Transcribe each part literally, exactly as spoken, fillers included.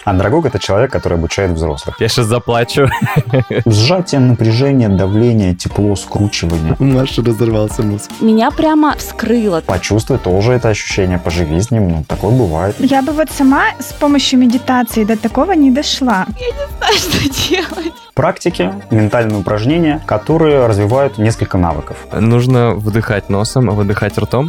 Андрогог — это человек, который обучает взрослых. Я сейчас заплачу. Сжатие, напряжение, давление, тепло, скручивание. У Маши разорвался мозг. Меня прямо вскрыло. Почувствуй тоже это ощущение, поживи с ним, ну, такое бывает. Я бы вот сама с помощью медитации до такого не дошла. Я не знаю, что делать. Практики, ментальные упражнения, которые развивают несколько навыков. Нужно вдыхать носом, а выдыхать ртом.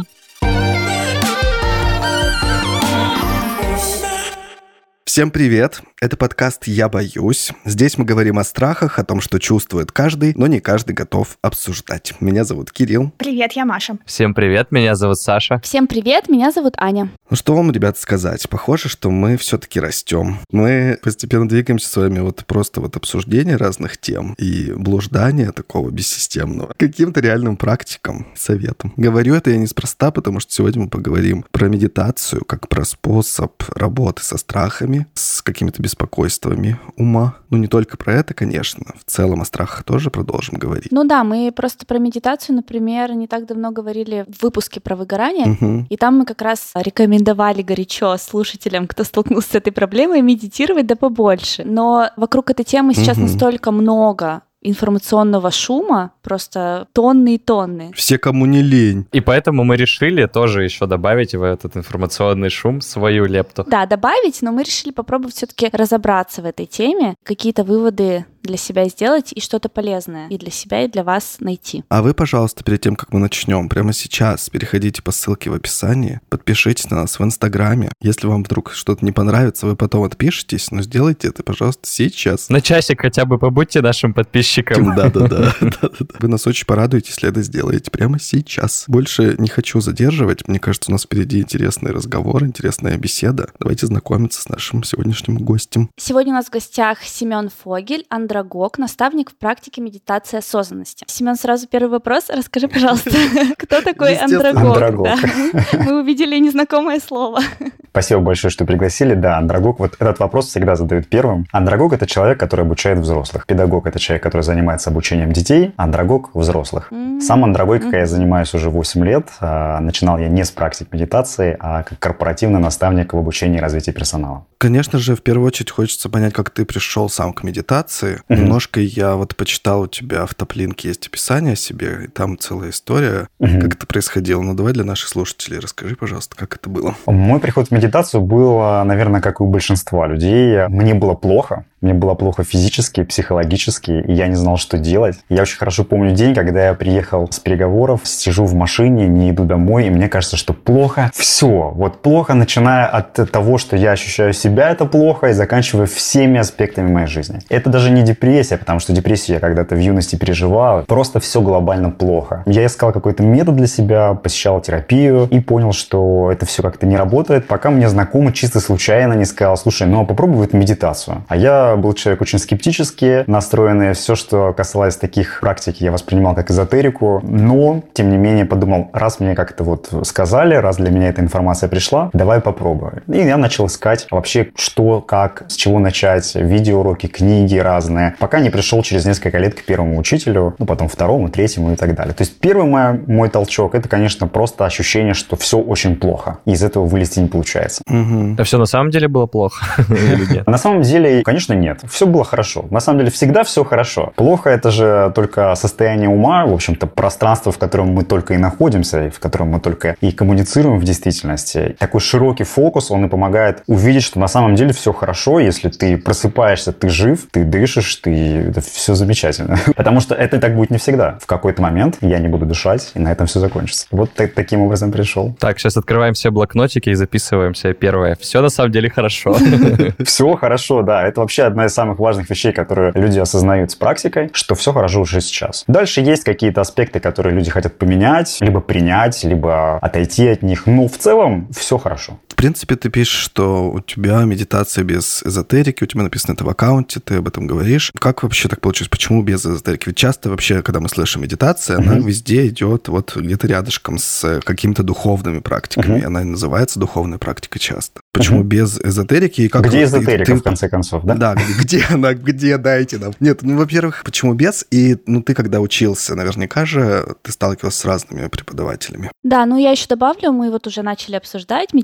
Всем привет! Это подкаст «Я боюсь». Здесь мы говорим о страхах, о том, что чувствует каждый, но не каждый готов обсуждать. Меня зовут Кирилл. Привет, я Маша. Всем привет, меня зовут Саша. Всем привет, меня зовут Аня. Ну что вам, ребят, сказать? Похоже, что мы все-таки растем. Мы постепенно двигаемся с вами вот просто вот обсуждения разных тем и блуждания такого бессистемного к каким-то реальным практикам, советам. Говорю это я неспроста, потому что сегодня мы поговорим про медитацию как про способ работы со страхами, с какими-то беспокойствами ума. Ну, не только про это, конечно. В целом о страхах тоже продолжим говорить. Ну да, мы просто про медитацию, например, не так давно говорили в выпуске про выгорание, Угу. и там мы как раз рекомендовали горячо слушателям, кто столкнулся с этой проблемой, медитировать да побольше. Но вокруг этой темы сейчас Мгм. настолько много информационного шума, просто тонны и тонны. Все, кому не лень. И поэтому мы решили тоже еще добавить в этот информационный шум свою лепту. Да, добавить, но мы решили попробовать все-таки разобраться в этой теме, какие-то выводы для себя сделать и что-то полезное и для себя, и для вас найти. А вы, пожалуйста, перед тем, как мы начнем, прямо сейчас переходите по ссылке в описании, подпишитесь на нас в Инстаграме. Если вам вдруг что-то не понравится, вы потом отпишитесь, но сделайте это, пожалуйста, сейчас. На часик хотя бы побудьте нашим подписчикам. Да-да-да. Вы нас очень порадуете, если это сделаете прямо сейчас. Больше не хочу задерживать. Мне кажется, у нас впереди интересный разговор, интересная беседа. Давайте знакомиться с нашим сегодняшним гостем. Сегодня у нас в гостях Семен Фогель, андрогог, наставник в практике медитации осознанности. Семен, сразу первый вопрос. Расскажи, пожалуйста, кто такой Естественно. андрогог? Андрогог. Да. Мы увидели незнакомое слово. Спасибо большое, что пригласили. Да, андрогог, вот этот вопрос всегда задают первым. Андрогог — это человек, который обучает взрослых. Педагог — это человек, который занимается обучением детей. Андрогог — взрослых. М. Сам андрогогикой я занимаюсь уже восемь лет. А, Начинал я не с практик медитации, а как корпоративный наставник в обучении и развитии персонала. Конечно же, в первую очередь хочется понять, как ты пришел сам к медитации. Мгм. Немножко я вот почитал у тебя в топ-линке есть описание о себе, и там целая история, Мгм. как это происходило. Ну, давай для наших слушателей расскажи, пожалуйста, как это было. Мой приход в медитацию был, наверное, как и у большинства людей. Мне было плохо. Мне было плохо физически, психологически, и я не знал, что делать. Я очень хорошо помню день, когда я приехал с переговоров, сижу в машине, не иду домой, и мне кажется, что плохо все. Вот плохо, начиная от того, что я ощущаю себя, это плохо, и заканчивая всеми аспектами моей жизни. Это даже не депрессия, потому что депрессию я когда-то в юности переживал. Просто все глобально плохо. Я искал какой-то метод для себя, посещал терапию и понял, что это все как-то не работает, пока мне знакомый чисто случайно не сказал: слушай, ну попробуй вот медитацию. А я был человек очень скептически настроенный. Все, что касалось таких практик, я воспринимал как эзотерику. Но, тем не менее, подумал, раз мне как-то вот сказали, раз для меня эта информация пришла, давай попробую. И я начал искать вообще, что, как, с чего начать, видеоуроки, книги разные, пока не пришел через несколько лет к первому учителю, ну, потом второму, третьему и так далее. То есть первый мой, мой толчок, это, конечно, просто ощущение, что все очень плохо. И из этого вылезти не получается. Угу. А все на самом деле было плохо или нет? На самом деле, конечно, нет. Все было хорошо. На самом деле, всегда все хорошо. Плохо — это же только состояние ума, в общем-то, пространство, в котором мы только и находимся, и в котором мы только и коммуницируем в действительности. Такой широкий фокус, он и помогает увидеть, что на самом деле все хорошо. Если ты просыпаешься, ты жив, ты дышишь, ты... это все замечательно. Потому что это так будет не всегда. В какой-то момент я не буду дышать, и на этом все закончится. Вот так- таким образом пришел. Так, сейчас открываем все блокнотики и записываем себе первое. Все на самом деле хорошо. Все хорошо, да. Это вообще одна из самых важных вещей, которые люди осознают с практикой, что все хорошо уже сейчас. Дальше есть какие-то аспекты, которые люди хотят поменять, либо принять, либо отойти от них. Но в целом все хорошо. В принципе, ты пишешь, что у тебя медитация без эзотерики, у тебя написано это в аккаунте, ты об этом говоришь. Как вообще так получилось? Почему без эзотерики? Ведь часто вообще, когда мы слышим медитация, она Мгм. везде идет вот где-то рядышком с какими-то духовными практиками. Мгм. И она и называется духовной практикой часто. Почему Мгм. без эзотерики? И как Где вот ты- эзотерика, ты- в конце концов, да? Да, где она, где, дайте нам. Нет, ну, во-первых, почему без? И, ну, ты когда учился, наверняка же ты сталкивался с разными преподавателями. Да, ну я еще добавлю, мы вот уже начали обсуждать медитацию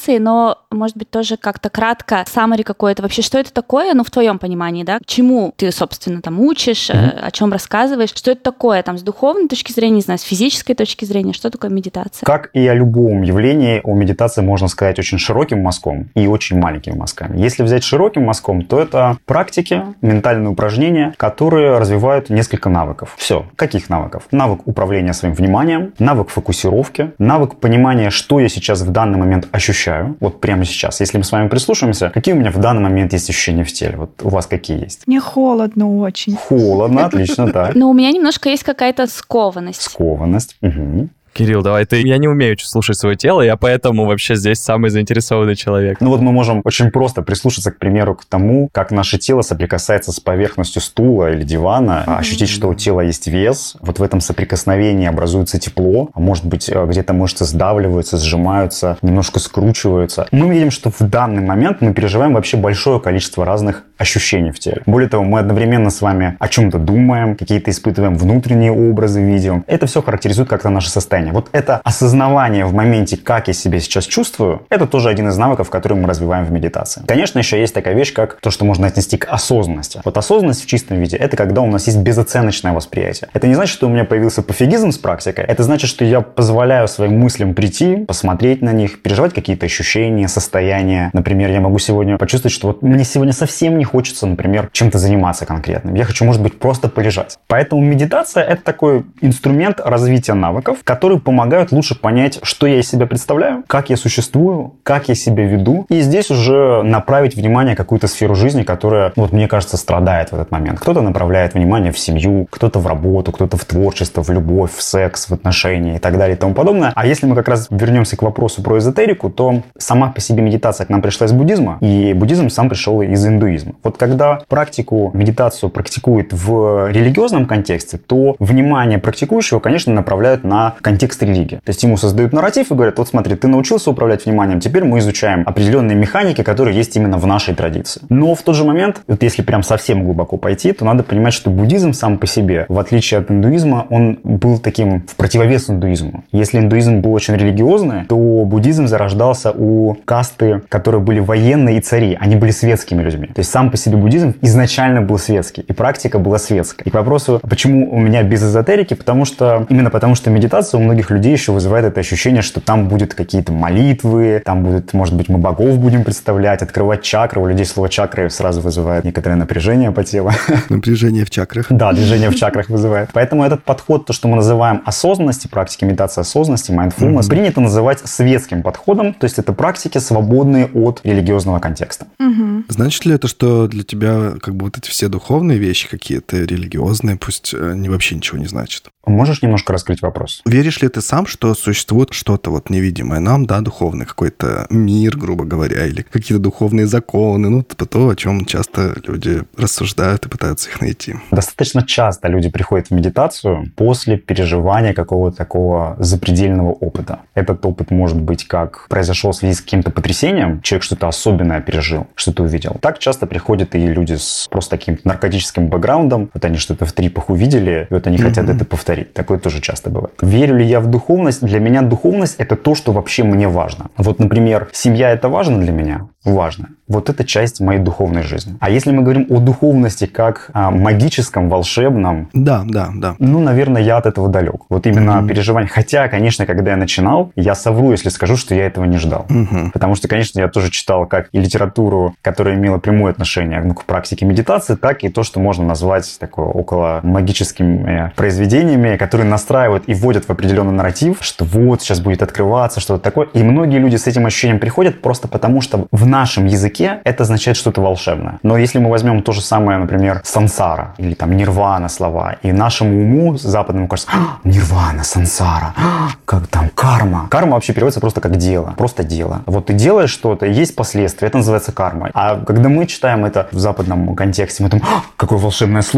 медитации, но, может быть, тоже как-то кратко, саммари какое-то. Вообще, что это такое, ну, в твоем понимании, да? Чему ты, собственно, там учишь, mm-hmm. о чем рассказываешь? Что это такое, там, с духовной точки зрения, не знаю, с физической точки зрения? Что такое медитация? Как и о любом явлении, о медитации можно сказать очень широким мазком и очень маленькими мазками. Если взять широким мазком, то это практики, ментальные упражнения, которые развивают несколько навыков. Все. Каких навыков? Навык управления своим вниманием, навык фокусировки, навык понимания, что я сейчас в данный момент ощущаю. Вот прямо сейчас. Если мы с вами прислушаемся, какие у меня в данный момент есть ощущения в теле? Вот у вас какие есть? Мне холодно очень. Холодно, отлично, так. Но у меня немножко есть какая-то скованность. Скованность. Угу. Кирилл, давай ты. Я не умею слушать свое тело, я поэтому вообще здесь самый заинтересованный человек. Ну вот мы можем очень просто прислушаться, к примеру, к тому, как наше тело соприкасается с поверхностью стула или дивана, mm-hmm. ощутить, что у тела есть вес. Вот в этом соприкосновении образуется тепло, а может быть, где-то мышцы сдавливаются, сжимаются, немножко скручиваются. Мы видим, что в данный момент мы переживаем вообще большое количество разных ощущений в теле. Более того, мы одновременно с вами о чем-то думаем, какие-то испытываем внутренние образы, видим. Это все характеризует как-то наше состояние. Вот это осознавание в моменте, как я себя сейчас чувствую, это тоже один из навыков, который мы развиваем в медитации. Конечно, еще есть такая вещь, как то, что можно отнести к осознанности. Вот осознанность в чистом виде – это когда у нас есть безоценочное восприятие. Это не значит, что у меня появился пофигизм с практикой. Это значит, что я позволяю своим мыслям прийти, посмотреть на них, переживать какие-то ощущения, состояния. Например, я могу сегодня почувствовать, что вот мне сегодня совсем не хочется, например, чем-то заниматься конкретным. Я хочу, может быть, просто полежать. Поэтому медитация – это такой инструмент развития навыков, который помогают лучше понять, что я из себя представляю, как я существую, как я себя веду. И здесь уже направить внимание в какую-то сферу жизни, которая, вот мне кажется, страдает в этот момент. Кто-то направляет внимание в семью, кто-то в работу, кто-то в творчество, в любовь, в секс, в отношения и так далее и тому подобное. А если мы как раз вернемся к вопросу про эзотерику, то сама по себе медитация к нам пришла из буддизма, и буддизм сам пришел из индуизма. Вот когда практику, медитацию практикует в религиозном контексте, то внимание практикующего, конечно, направляют на контекст религии. То есть ему создают нарратив и говорят: вот смотри, ты научился управлять вниманием, теперь мы изучаем определенные механики, которые есть именно в нашей традиции. Но в тот же момент, вот если прям совсем глубоко пойти, то надо понимать, что буддизм сам по себе, в отличие от индуизма, он был таким в противовес индуизму. Если индуизм был очень религиозный, то буддизм зарождался у касты, которые были военные и цари. Они были светскими людьми. То есть сам по себе буддизм изначально был светский, и практика была светская. И к вопросу, почему у меня без эзотерики, потому что именно потому, что медитация у многих людей еще вызывает это ощущение, что там будут какие-то молитвы, там будет, может быть, мы богов будем представлять, открывать чакры. У людей слово чакры сразу вызывает некоторое напряжение по телу. Напряжение в чакрах. Да, движение в чакрах вызывает. Поэтому этот подход, то, что мы называем осознанности, практики медитации осознанности, mindfulness, mm-hmm. принято называть светским подходом, то есть это практики, свободные от религиозного контекста. Mm-hmm. Значит ли это, что для тебя как бы вот эти все духовные вещи какие-то, религиозные, пусть они вообще ничего не значат? Можешь немножко раскрыть вопрос? Веришь ли ты сам, что существует что-то вот невидимое нам, да, духовный какой-то мир, грубо говоря, или какие-то духовные законы, ну, то, о чем часто люди рассуждают и пытаются их найти? Достаточно часто люди приходят в медитацию после переживания какого-то такого запредельного опыта. Этот опыт может быть как произошел в связи с каким-то потрясением, человек что-то особенное пережил, что-то увидел. Так часто приходят и люди с просто таким наркотическим бэкграундом, вот они что-то в трипах увидели, и вот они mm-hmm. хотят это повторить. Такое тоже часто бывает. Верю ли я в духовность? Для меня духовность – это то, что вообще мне важно. Вот, например, семья – это важно для меня? Важно. Вот это часть моей духовной жизни. А если мы говорим о духовности как о магическом, волшебном... Да, да, да. Ну, наверное, я от этого далек. Вот именно mm-hmm. переживание. Хотя, конечно, когда я начинал, я совру, если скажу, что я этого не ждал. Mm-hmm. Потому что, конечно, я тоже читал как и литературу, которая имела прямое отношение ну, к практике медитации, так и то, что можно назвать такое около магическими произведениями, которые настраивают и вводят в определенный нарратив, что вот сейчас будет открываться что-то такое. И многие люди с этим ощущением приходят просто потому, что в нашем языке это означает что-то волшебное. Но если мы возьмем то же самое, например, сансара или там нирвана слова, и нашему уму западному кажется: нирвана, сансара, как там карма. Карма вообще переводится просто как дело, просто дело. Вот ты делаешь что-то, есть последствия, это называется карма. А когда мы читаем это в западном контексте, мы думаем: какое волшебное слово.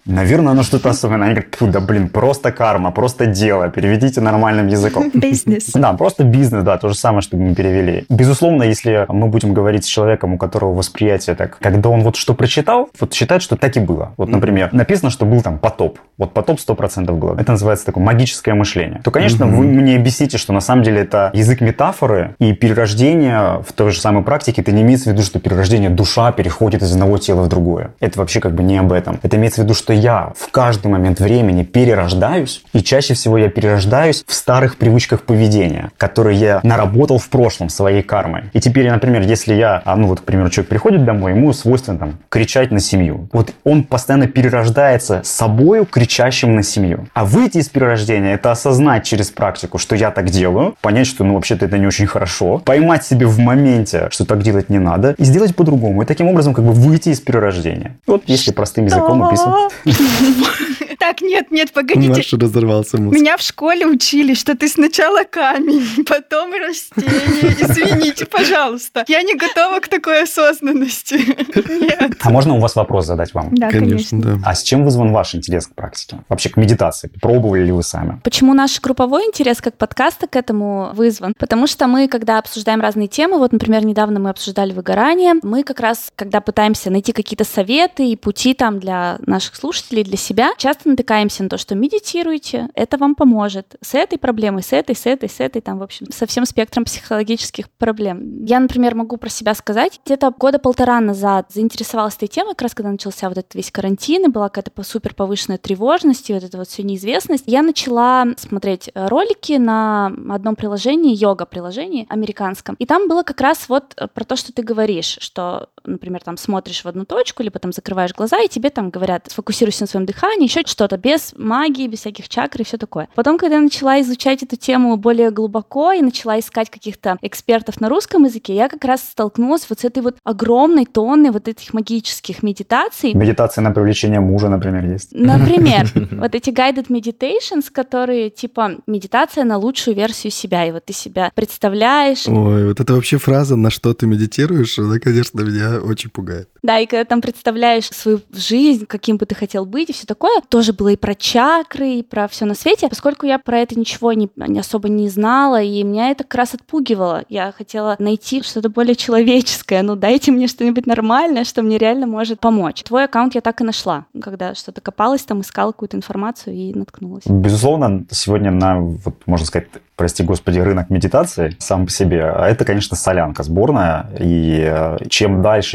Наверное, оно что-то особенное. Они говорят, фу, да блин, просто карма, просто дело, переведите нормальным языком. Бизнес. Да, просто бизнес, да, то же самое, что мы перевели. Безусловно, если мы будем говорить с человеком, у которого восприятие так, когда он вот что прочитал, вот считает, что так и было. Вот, например, написано, что был там потоп. Вот потоп сто процентов было. Это называется такое магическое мышление. То, конечно, mm-hmm. вы мне объясните, что на самом деле это язык метафоры и перерождение в той же самой практике. Это не имеется в виду, что перерождение душа переходит из одного тела в другое. Это вообще как бы не об этом. Это имеется в виду, что я в каждый момент времени перерождаюсь, и чаще всего я перерождаюсь в старых привычках поведения, которые я наработал в прошлом своей кармой. И теперь, например, если я, ну вот, к примеру, человек приходит домой, ему свойственно там кричать на семью. Вот он постоянно перерождается собою, кричащим на семью. А выйти из перерождения — это осознать через практику, что я так делаю, понять, что, ну, вообще-то это не очень хорошо, поймать себе в моменте, что так делать не надо, и сделать по-другому. И таким образом как бы выйти из перерождения. Вот если простым языком описывать. Так, нет, нет, погодите. Маша разорвался мозг. Меня в школе учили, что ты сначала камень, потом растение. Извините, пожалуйста. Я не готова к такой осознанности. Нет. А можно у вас вопрос задать вам? Да, конечно. Да. А с чем вызван ваш интерес к практике? Вообще к медитации? Пробовали ли вы сами? Почему наш групповой интерес как подкаста к этому вызван? Потому что мы, когда обсуждаем разные темы, вот, например, недавно мы обсуждали выгорание, мы как раз, когда пытаемся найти какие-то советы и пути там для наших слушателей, для себя, часто натыкаемся на то, что медитируйте, это вам поможет с этой проблемой, с этой, с этой, с этой, там, в общем, со всем спектром психологических проблем. Я, например, могу про себя сказать, где-то года полтора назад заинтересовалась этой темой, как раз когда начался вот этот весь карантин, и была какая-то супер повышенная тревожность, и вот эта вот всю неизвестность. Я начала смотреть ролики на одном приложении, йога-приложении американском, и там было как раз вот про то, что ты говоришь, что, например, там смотришь в одну точку, либо там закрываешь глаза, и тебе там говорят, сфокусируйся на своем дыхании, еще что-то, без магии, без всяких чакр и все такое. Потом, когда я начала изучать эту тему более глубоко и начала искать каких-то экспертов на русском языке, я как раз столкнулась вот с этой вот огромной тонной вот этих магических медитаций. Медитация на привлечение мужа, например, есть. Например, вот эти guided meditations, которые типа медитация на лучшую версию себя, и вот ты себя представляешь. Ой, вот это вообще фраза «на что ты медитируешь», она, конечно, меня очень пугает. Да, и когда там представляешь свою жизнь, каким бы ты хотел быть и все такое, тоже было и про чакры, и про все на свете. Поскольку я про это ничего не, не особо не знала, и меня это как раз отпугивало. Я хотела найти что-то более человеческое. Ну, дайте мне что-нибудь нормальное, что мне реально может помочь. Твой аккаунт я так и нашла, когда что-то копалась, там искала какую-то информацию и наткнулась. Безусловно, сегодня на, вот, можно сказать, прости господи, рынок медитации сам по себе, это, конечно, солянка сборная. И чем дальше,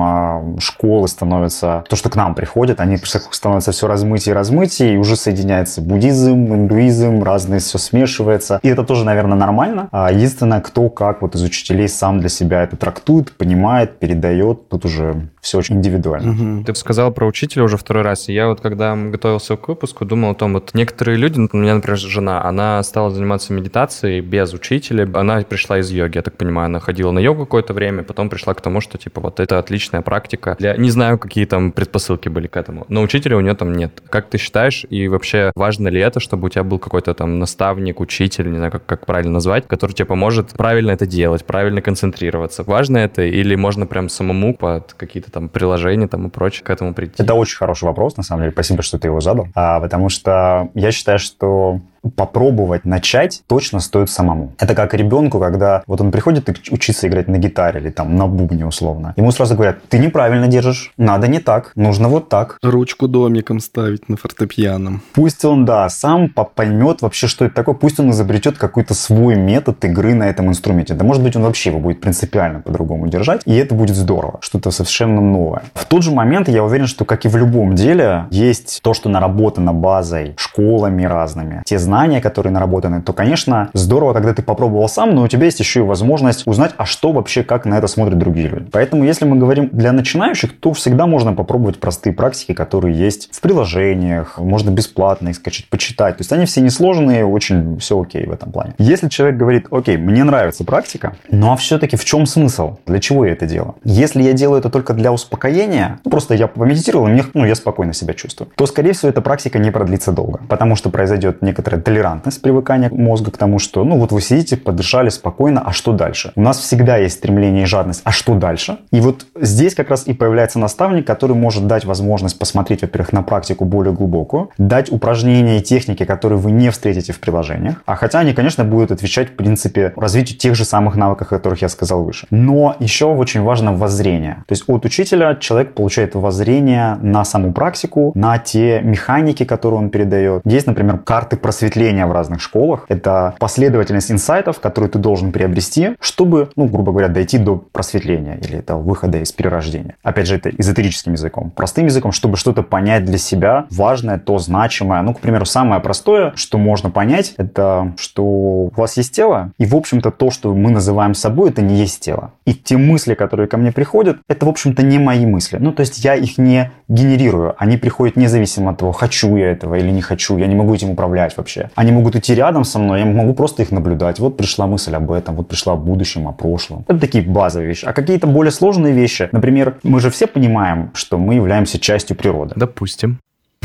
тем школы становятся, то, что к нам приходят, они становятся все размытие и размытие, и уже соединяется буддизм, индуизм, разные, все смешивается. И это тоже, наверное, нормально. А единственное, кто как вот из учителей сам для себя это трактует, понимает, передает, тут уже все очень индивидуально. Угу. Ты сказал про учителя уже второй раз, и я вот, когда готовился к выпуску, думал о том, вот некоторые люди, у меня, например, жена, она стала заниматься медитацией без учителя, она пришла из йоги, я так понимаю, она ходила на йогу какое-то время, потом пришла к тому, что, типа, вот это отличная практика. Для... Не знаю, какие там предпосылки были к этому, но учителя у нее там нет. Как ты считаешь, и вообще важно ли это, чтобы у тебя был какой-то там наставник, учитель, не знаю, как, как правильно назвать, который тебе поможет правильно это делать, правильно концентрироваться? Важно это или можно прям самому под какие-то там приложения там и прочее к этому прийти? Это очень хороший вопрос, на самом деле. Спасибо, что ты его задал. А, потому что я считаю, что попробовать начать точно стоит самому. Это как ребенку, когда вот он приходит учиться играть на гитаре или там на бубне условно. Ему сразу говорят, ты неправильно держишь, надо не так, нужно вот так. Ручку домиком ставить на фортепиано. Пусть он, да, сам поймет вообще, что это такое, пусть он изобретет какой-то свой метод игры на этом инструменте. Да, может быть, он вообще его будет принципиально по-другому держать, и это будет здорово, что-то совершенно новое. В тот же момент я уверен, что, как и в любом деле, есть то, что наработано базой, школами разными, те знания, которые наработаны, то, конечно, здорово, когда ты попробовал сам, но у тебя есть еще и возможность узнать, а что вообще, как на это смотрят другие люди. Поэтому, если мы говорим для начинающих, то всегда можно попробовать простые практики, которые есть в приложениях, можно бесплатно их скачать, почитать. То есть они все несложные, очень все окей в этом плане. Если человек говорит, окей, мне нравится практика, но все-таки в чем смысл? Для чего я это делаю? Если я делаю это только для успокоения, ну, просто я помедитировал, и мне, ну, я спокойно себя чувствую, то, скорее всего, эта практика не продлится долго, потому что произойдет некоторое это толерантность, привыкание мозга к тому, что, ну, вот вы сидите, подышали спокойно, а что дальше? У нас всегда есть стремление и жадность, а что дальше? И вот здесь как раз и появляется наставник, который может дать возможность посмотреть, во-первых, на практику более глубокую, дать упражнения и техники, которые вы не встретите в приложениях. А хотя они, конечно, будут отвечать, в принципе, развитию тех же самых навыков, о которых я сказал выше. Но еще очень важно воззрение. То есть от учителя человек получает воззрение на саму практику, на те механики, которые он передает. Есть, например, карты просветления в разных школах. Это последовательность инсайтов, которые ты должен приобрести, чтобы, ну, грубо говоря, дойти до просветления или до выхода из перерождения. Опять же, это эзотерическим языком. Простым языком, чтобы что-то понять для себя, важное, то значимое. Ну, к примеру, самое простое, что можно понять, это что у вас есть тело, и, в общем-то, то, что мы называем собой, это не есть тело. И те мысли, которые ко мне приходят, это, в общем-то, не мои мысли. Ну, то есть я их не генерирую. Они приходят независимо от того, хочу я этого или не хочу. Я не могу этим управлять вообще. Они могут идти рядом со мной, я могу просто их наблюдать. Вот пришла мысль об этом, вот пришла о будущем, о прошлом. Это такие базовые вещи. А какие-то более сложные вещи, например, мы же все понимаем, что мы являемся частью природы. Допустим.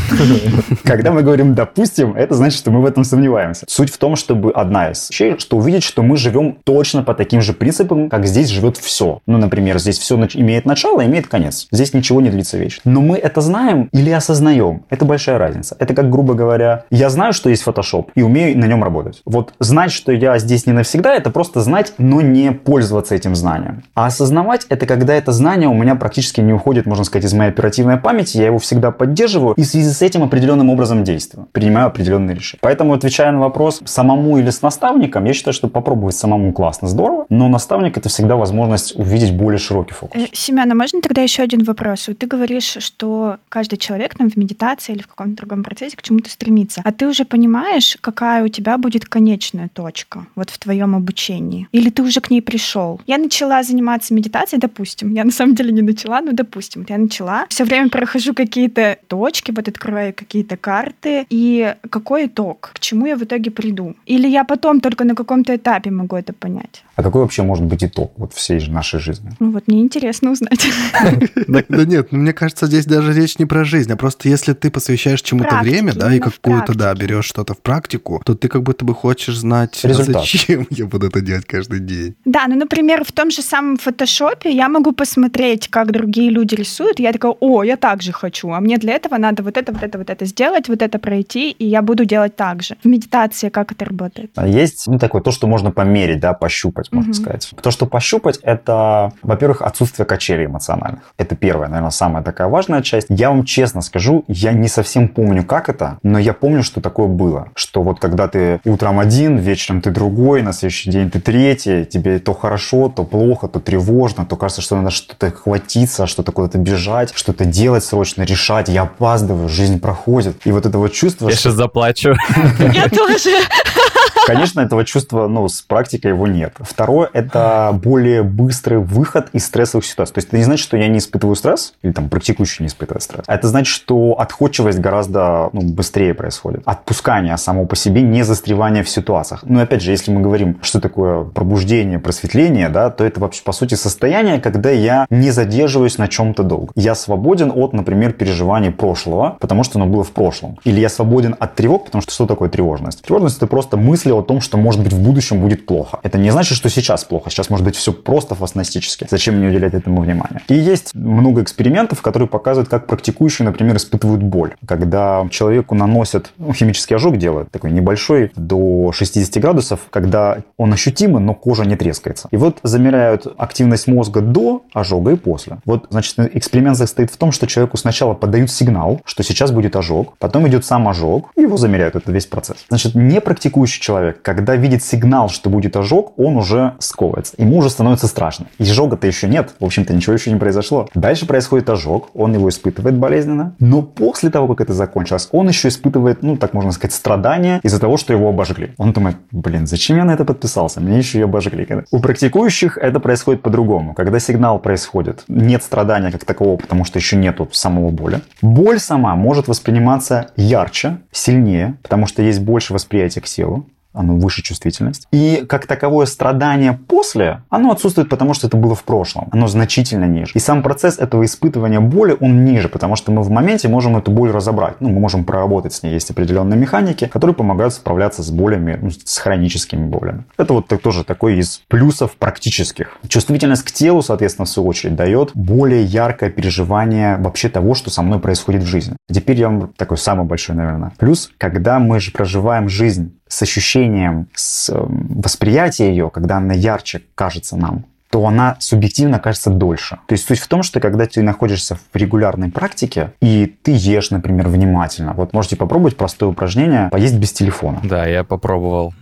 Когда мы говорим «допустим», это значит, что мы в этом сомневаемся. Суть в том, чтобы одна из вещей, что увидеть, что мы живем точно по таким же принципам, как здесь живет все. Ну, например, здесь все имеет начало, имеет конец. Здесь ничего не длится вечно. Но мы это знаем или осознаем. Это большая разница. Это как, грубо говоря, я знаю, что есть Photoshop и умею на нем работать. Вот знать, что я здесь не навсегда, это просто знать, но не пользоваться этим знанием. А осознавать — это когда это знание у меня практически не уходит, можно сказать, из моей оперативной памяти, я его всегда поддерживаю, и в связи с этим определенным образом действую, принимаю определенные решения. Поэтому, отвечая на вопрос, самому или с наставником, я считаю, что попробовать самому классно, здорово, но наставник — это всегда возможность увидеть более широкий фокус. Семен, а можно тогда еще один вопрос? Вот ты говоришь, что каждый человек там в медитации или в каком-то другом процессе к чему-то стремится. А ты уже понимаешь, какая у тебя будет конечная точка вот в твоем обучении? Или ты уже к ней пришел? Я начала заниматься медитацией, допустим. Я на самом деле не начала, но допустим. Я начала. Все время прохожу какие-то точки, вот открываю какие-то карты. И какой итог? К чему я в итоге приду? Или я потом только на каком-то этапе могу это понять? А какой вообще может быть итог вот всей нашей жизни? Ну вот мне интересно узнать. Да нет, мне кажется, здесь даже речь не про жизнь, а просто если ты посвящаешь чему-то время, да, и какую-то, да, берешь что-то в практику, то ты как будто бы хочешь знать, зачем я буду это делать каждый день. Да, ну, например, в том же самом фотошопе я могу посмотреть, как другие люди рисуют, и я такая: о, я так же хочу, а мне для этого надо вот это, вот это, вот это сделать, вот это пройти, и я буду делать так же. В медитации как это работает? Есть, ну, такое, то, что можно померить, да, пощупать, можно угу. сказать. То, что пощупать, это, во-первых, отсутствие качелей эмоциональных. Это первая, наверное, самая такая важная часть. Я вам честно скажу, я не совсем помню, как это, но я помню, что такое было. Что вот когда ты утром один, вечером ты другой, на следующий день ты третий, тебе то хорошо, то плохо, то тревожно, то кажется, что надо что-то хватиться, что-то куда-то бежать, что-то делать срочно, решать. Я опаздываю, жизнь проходит. И вот это вот чувство... Я сейчас заплачу. Я тоже. Конечно, этого чувства, ну, с практикой его нет. Второе – это более быстрый выход из стрессовых ситуаций. То есть это не значит, что я не испытываю стресс, или там практикующий не испытывает стресс. А это значит, что отходчивость гораздо, ну, быстрее происходит. Отпускание само по себе, не застревание в ситуациях. Но опять же, если мы говорим, что такое пробуждение, просветление, да, то это вообще, по сути, состояние, когда я не задерживаюсь на чем-то долго. Я свободен от, например, переживаний прошлого, потому что оно было в прошлом. Или я свободен от тревог, потому что что такое тревожность? Тревожность – это просто мысли о том, что, может быть, в будущем будет плохо. Это не значит, что сейчас плохо. Сейчас может быть все просто фантастически. Зачем мне уделять этому внимание? И есть много экспериментов, которые показывают, как практикующие, например, испытывают боль. Когда человеку наносят, ну, химический ожог делают, такой небольшой, до шестидесяти градусов, когда он ощутимый, но кожа не трескается. И вот замеряют активность мозга до ожога и после. Вот, значит, эксперимент состоит в том, что человеку сначала подают сигнал, что сейчас будет ожог, потом идет сам ожог, и его замеряют. Это весь процесс. Значит, не практикующий человек, когда видит сигнал, что будет ожог, он уже сковывается. Ему уже становится страшно. И ожога-то еще нет. В общем-то, ничего еще не произошло. Дальше происходит ожог, он его испытывает болезненно. Но после того, как это закончилось, он еще испытывает, ну, так можно сказать, страдания из-за того, что его обожгли. Он думает: блин, зачем я на это подписался? Мне еще и обожгли. У практикующих это происходит по-другому. Когда сигнал происходит, нет страдания как такового, потому что еще нету самого боли. Боль сама может восприниматься ярче, сильнее, потому что есть больше восприятия к телу. оно выше чувствительность. И как таковое страдание после, оно отсутствует, потому что это было в прошлом. Оно значительно ниже. И сам процесс этого испытывания боли, он ниже, потому что мы в моменте можем эту боль разобрать. Ну, мы можем проработать с ней. Есть определенные механики, которые помогают справляться с болями, ну, с хроническими болями. Это вот тоже такой из плюсов практических. Чувствительность к телу, соответственно, в свою очередь, дает более яркое переживание вообще того, что со мной происходит в жизни. А теперь я вам такой самый большой, наверное, плюс, когда мы же проживаем жизнь с ощущением, с восприятием ее, когда она ярче кажется нам, то она субъективно кажется дольше. То есть суть в том, что когда ты находишься в регулярной практике, и ты ешь, например, внимательно. Вот можете попробовать простое упражнение поесть без телефона. Да, я попробовал.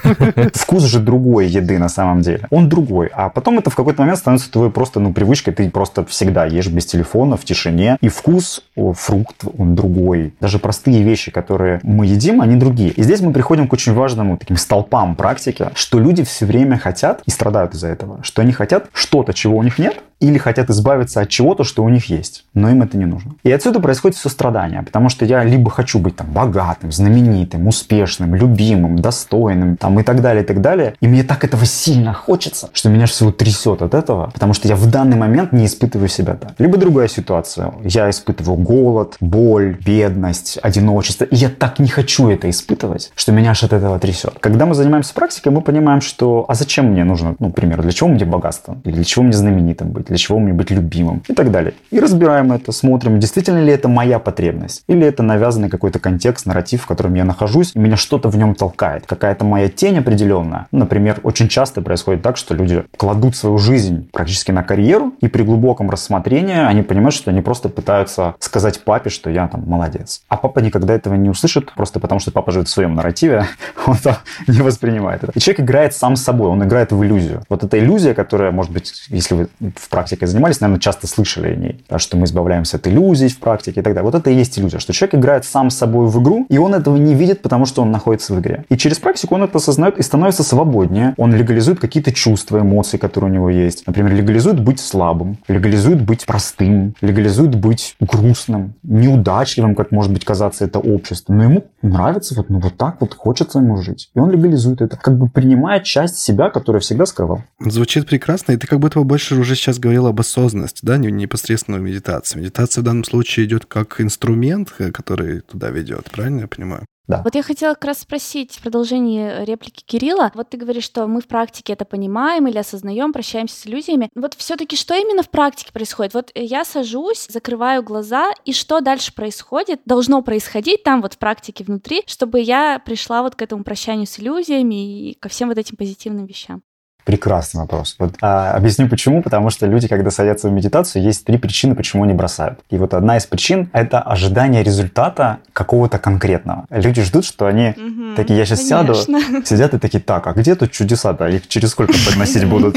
Вкус же другой еды на самом деле. Он другой. А потом это в какой-то момент становится твоей просто ну, привычкой. Ты просто всегда ешь без телефона, в тишине. И вкус, о, фрукт, он другой. Даже простые вещи, которые мы едим, они другие. И здесь мы приходим к очень важному таким столпам практики, что люди все время хотят и страдают из-за этого, что они хотят хотят что-то, чего у них нет, или хотят избавиться от чего-то, что у них есть, но им это не нужно. И отсюда происходит все страдание, потому что я либо хочу быть там богатым, знаменитым, успешным, любимым, достойным, там и так далее, и так далее, и мне так этого сильно хочется, что меня всего трясет от этого, потому что я в данный момент не испытываю себя так. Либо другая ситуация, я испытываю голод, боль, бедность, одиночество, и я так не хочу это испытывать, что меня аж от этого трясет. Когда мы занимаемся практикой, мы понимаем, что, а зачем мне нужно, ну, к примеру, для чего мне богатство, или для чего мне знаменитым быть, для чего мне быть любимым и так далее. И разбираем это, смотрим, действительно ли это моя потребность, или это навязанный какой-то контекст, нарратив, в котором я нахожусь, и меня что-то в нем толкает, какая-то моя тень определенная. Например, очень часто происходит так, что люди кладут свою жизнь практически на карьеру, и при глубоком рассмотрении они понимают, что они просто пытаются сказать папе, что я там молодец. А папа никогда этого не услышит, просто потому что папа живет в своем нарративе, он там не воспринимает это. И человек играет сам с собой, он играет в иллюзию. Вот эта иллюзия, которая, может быть, если вы в практикой занимались, наверное, часто слышали о ней, да, что мы избавляемся от иллюзий в практике и так далее. Вот это и есть иллюзия, что человек играет сам с собой в игру, и он этого не видит, потому что он находится в игре. И через практику он это осознает и становится свободнее. Он легализует какие-то чувства, эмоции, которые у него есть. Например, легализует быть слабым, легализует быть простым, легализует быть грустным, неудачливым, как может быть казаться это общество. Но ему нравится вот, ну, вот так вот, хочется ему жить. И он легализует это, как бы принимая часть себя, которую всегда скрывал. Звучит прекрасно, и ты как будто бы больше уже сейчас говорил об осознанности, да, непосредственно медитации. Медитация в данном случае идет как инструмент, который туда ведет, правильно я понимаю? Да. Вот я хотела как раз спросить в продолжении реплики Кирилла. Вот ты говоришь, что мы в практике это понимаем или осознаем, прощаемся с иллюзиями. Вот все-таки что именно в практике происходит? Вот я сажусь, закрываю глаза, и что дальше происходит? Должно происходить там вот в практике внутри, чтобы я пришла вот к этому прощанию с иллюзиями и ко всем вот этим позитивным вещам. Прекрасный вопрос. Вот, а, объясню почему. Потому что люди, когда садятся в медитацию, есть три причины, почему они бросают. И вот одна из причин – это ожидание результата какого-то конкретного. Люди ждут, что они угу, такие, я сейчас конечно. сяду, сидят и такие, так, а где тут чудеса-то? Их через сколько подносить будут?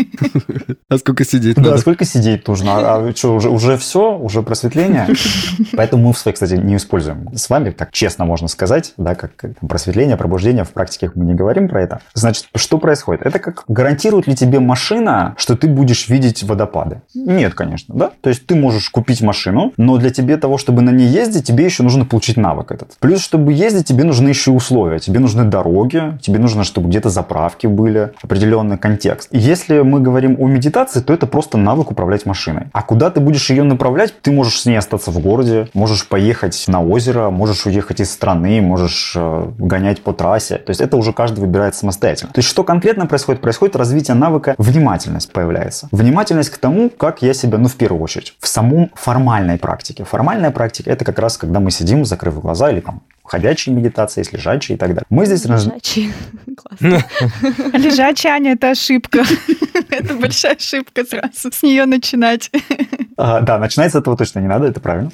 А сколько сидеть надо? Да, сколько сидеть нужно? А что, уже все? Уже просветление? Поэтому мы в своей, кстати, не используем. С вами, так честно можно сказать, да, как просветление, пробуждение, в практике мы не говорим про это. Значит, что происходит? Это как гарантирует ли тебе машина, что ты будешь видеть водопады? Нет, конечно, да? То есть ты можешь купить машину, но для тебя того, чтобы на ней ездить, тебе еще нужно получить навык этот. Плюс, чтобы ездить, тебе нужны еще условия. Тебе нужны дороги, тебе нужно, чтобы где-то заправки были, определенный контекст. И если мы говорим о медитации, то это просто навык управлять машиной. А куда ты будешь ее направлять? Ты можешь с ней остаться в городе, можешь поехать на озеро, можешь уехать из страны, можешь э, гонять по трассе. То есть это уже каждый выбирает самостоятельно. То есть что конкретно происходит? Происходит развитие навыка, внимательность появляется. Внимательность к тому, как я себя, ну, в первую очередь, в самом формальной практике. Формальная практика – это как раз, когда мы сидим, закрыв глаза, или там ходячие медитации, есть лежачие и так далее. Мы здесь... Лежачие. Классно. Лежачие, Аня, это ошибка. Это большая ошибка сразу. С нее начинать. А, да, начинать с этого точно не надо, это правильно.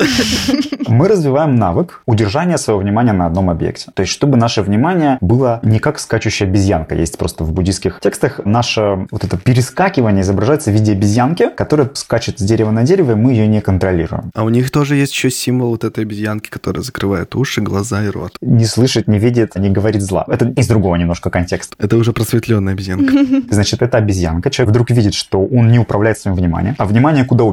Мы развиваем навык удержания своего внимания на одном объекте. То есть, чтобы наше внимание было не как скачущая обезьянка. Есть просто в буддийских текстах наше вот это перескакивание изображается в виде обезьянки, которая скачет с дерева на дерево, и мы ее не контролируем. А у них тоже есть еще символ вот этой обезьянки, которая закрывает уши, глаза и рот. Не слышит, не видит, не говорит зла. Это из другого немножко контекста. Это уже просветленная обезьянка. Значит, это обезьянка. Человек вдруг видит, что он не управляет своим вниманием, а внимание куда убегает?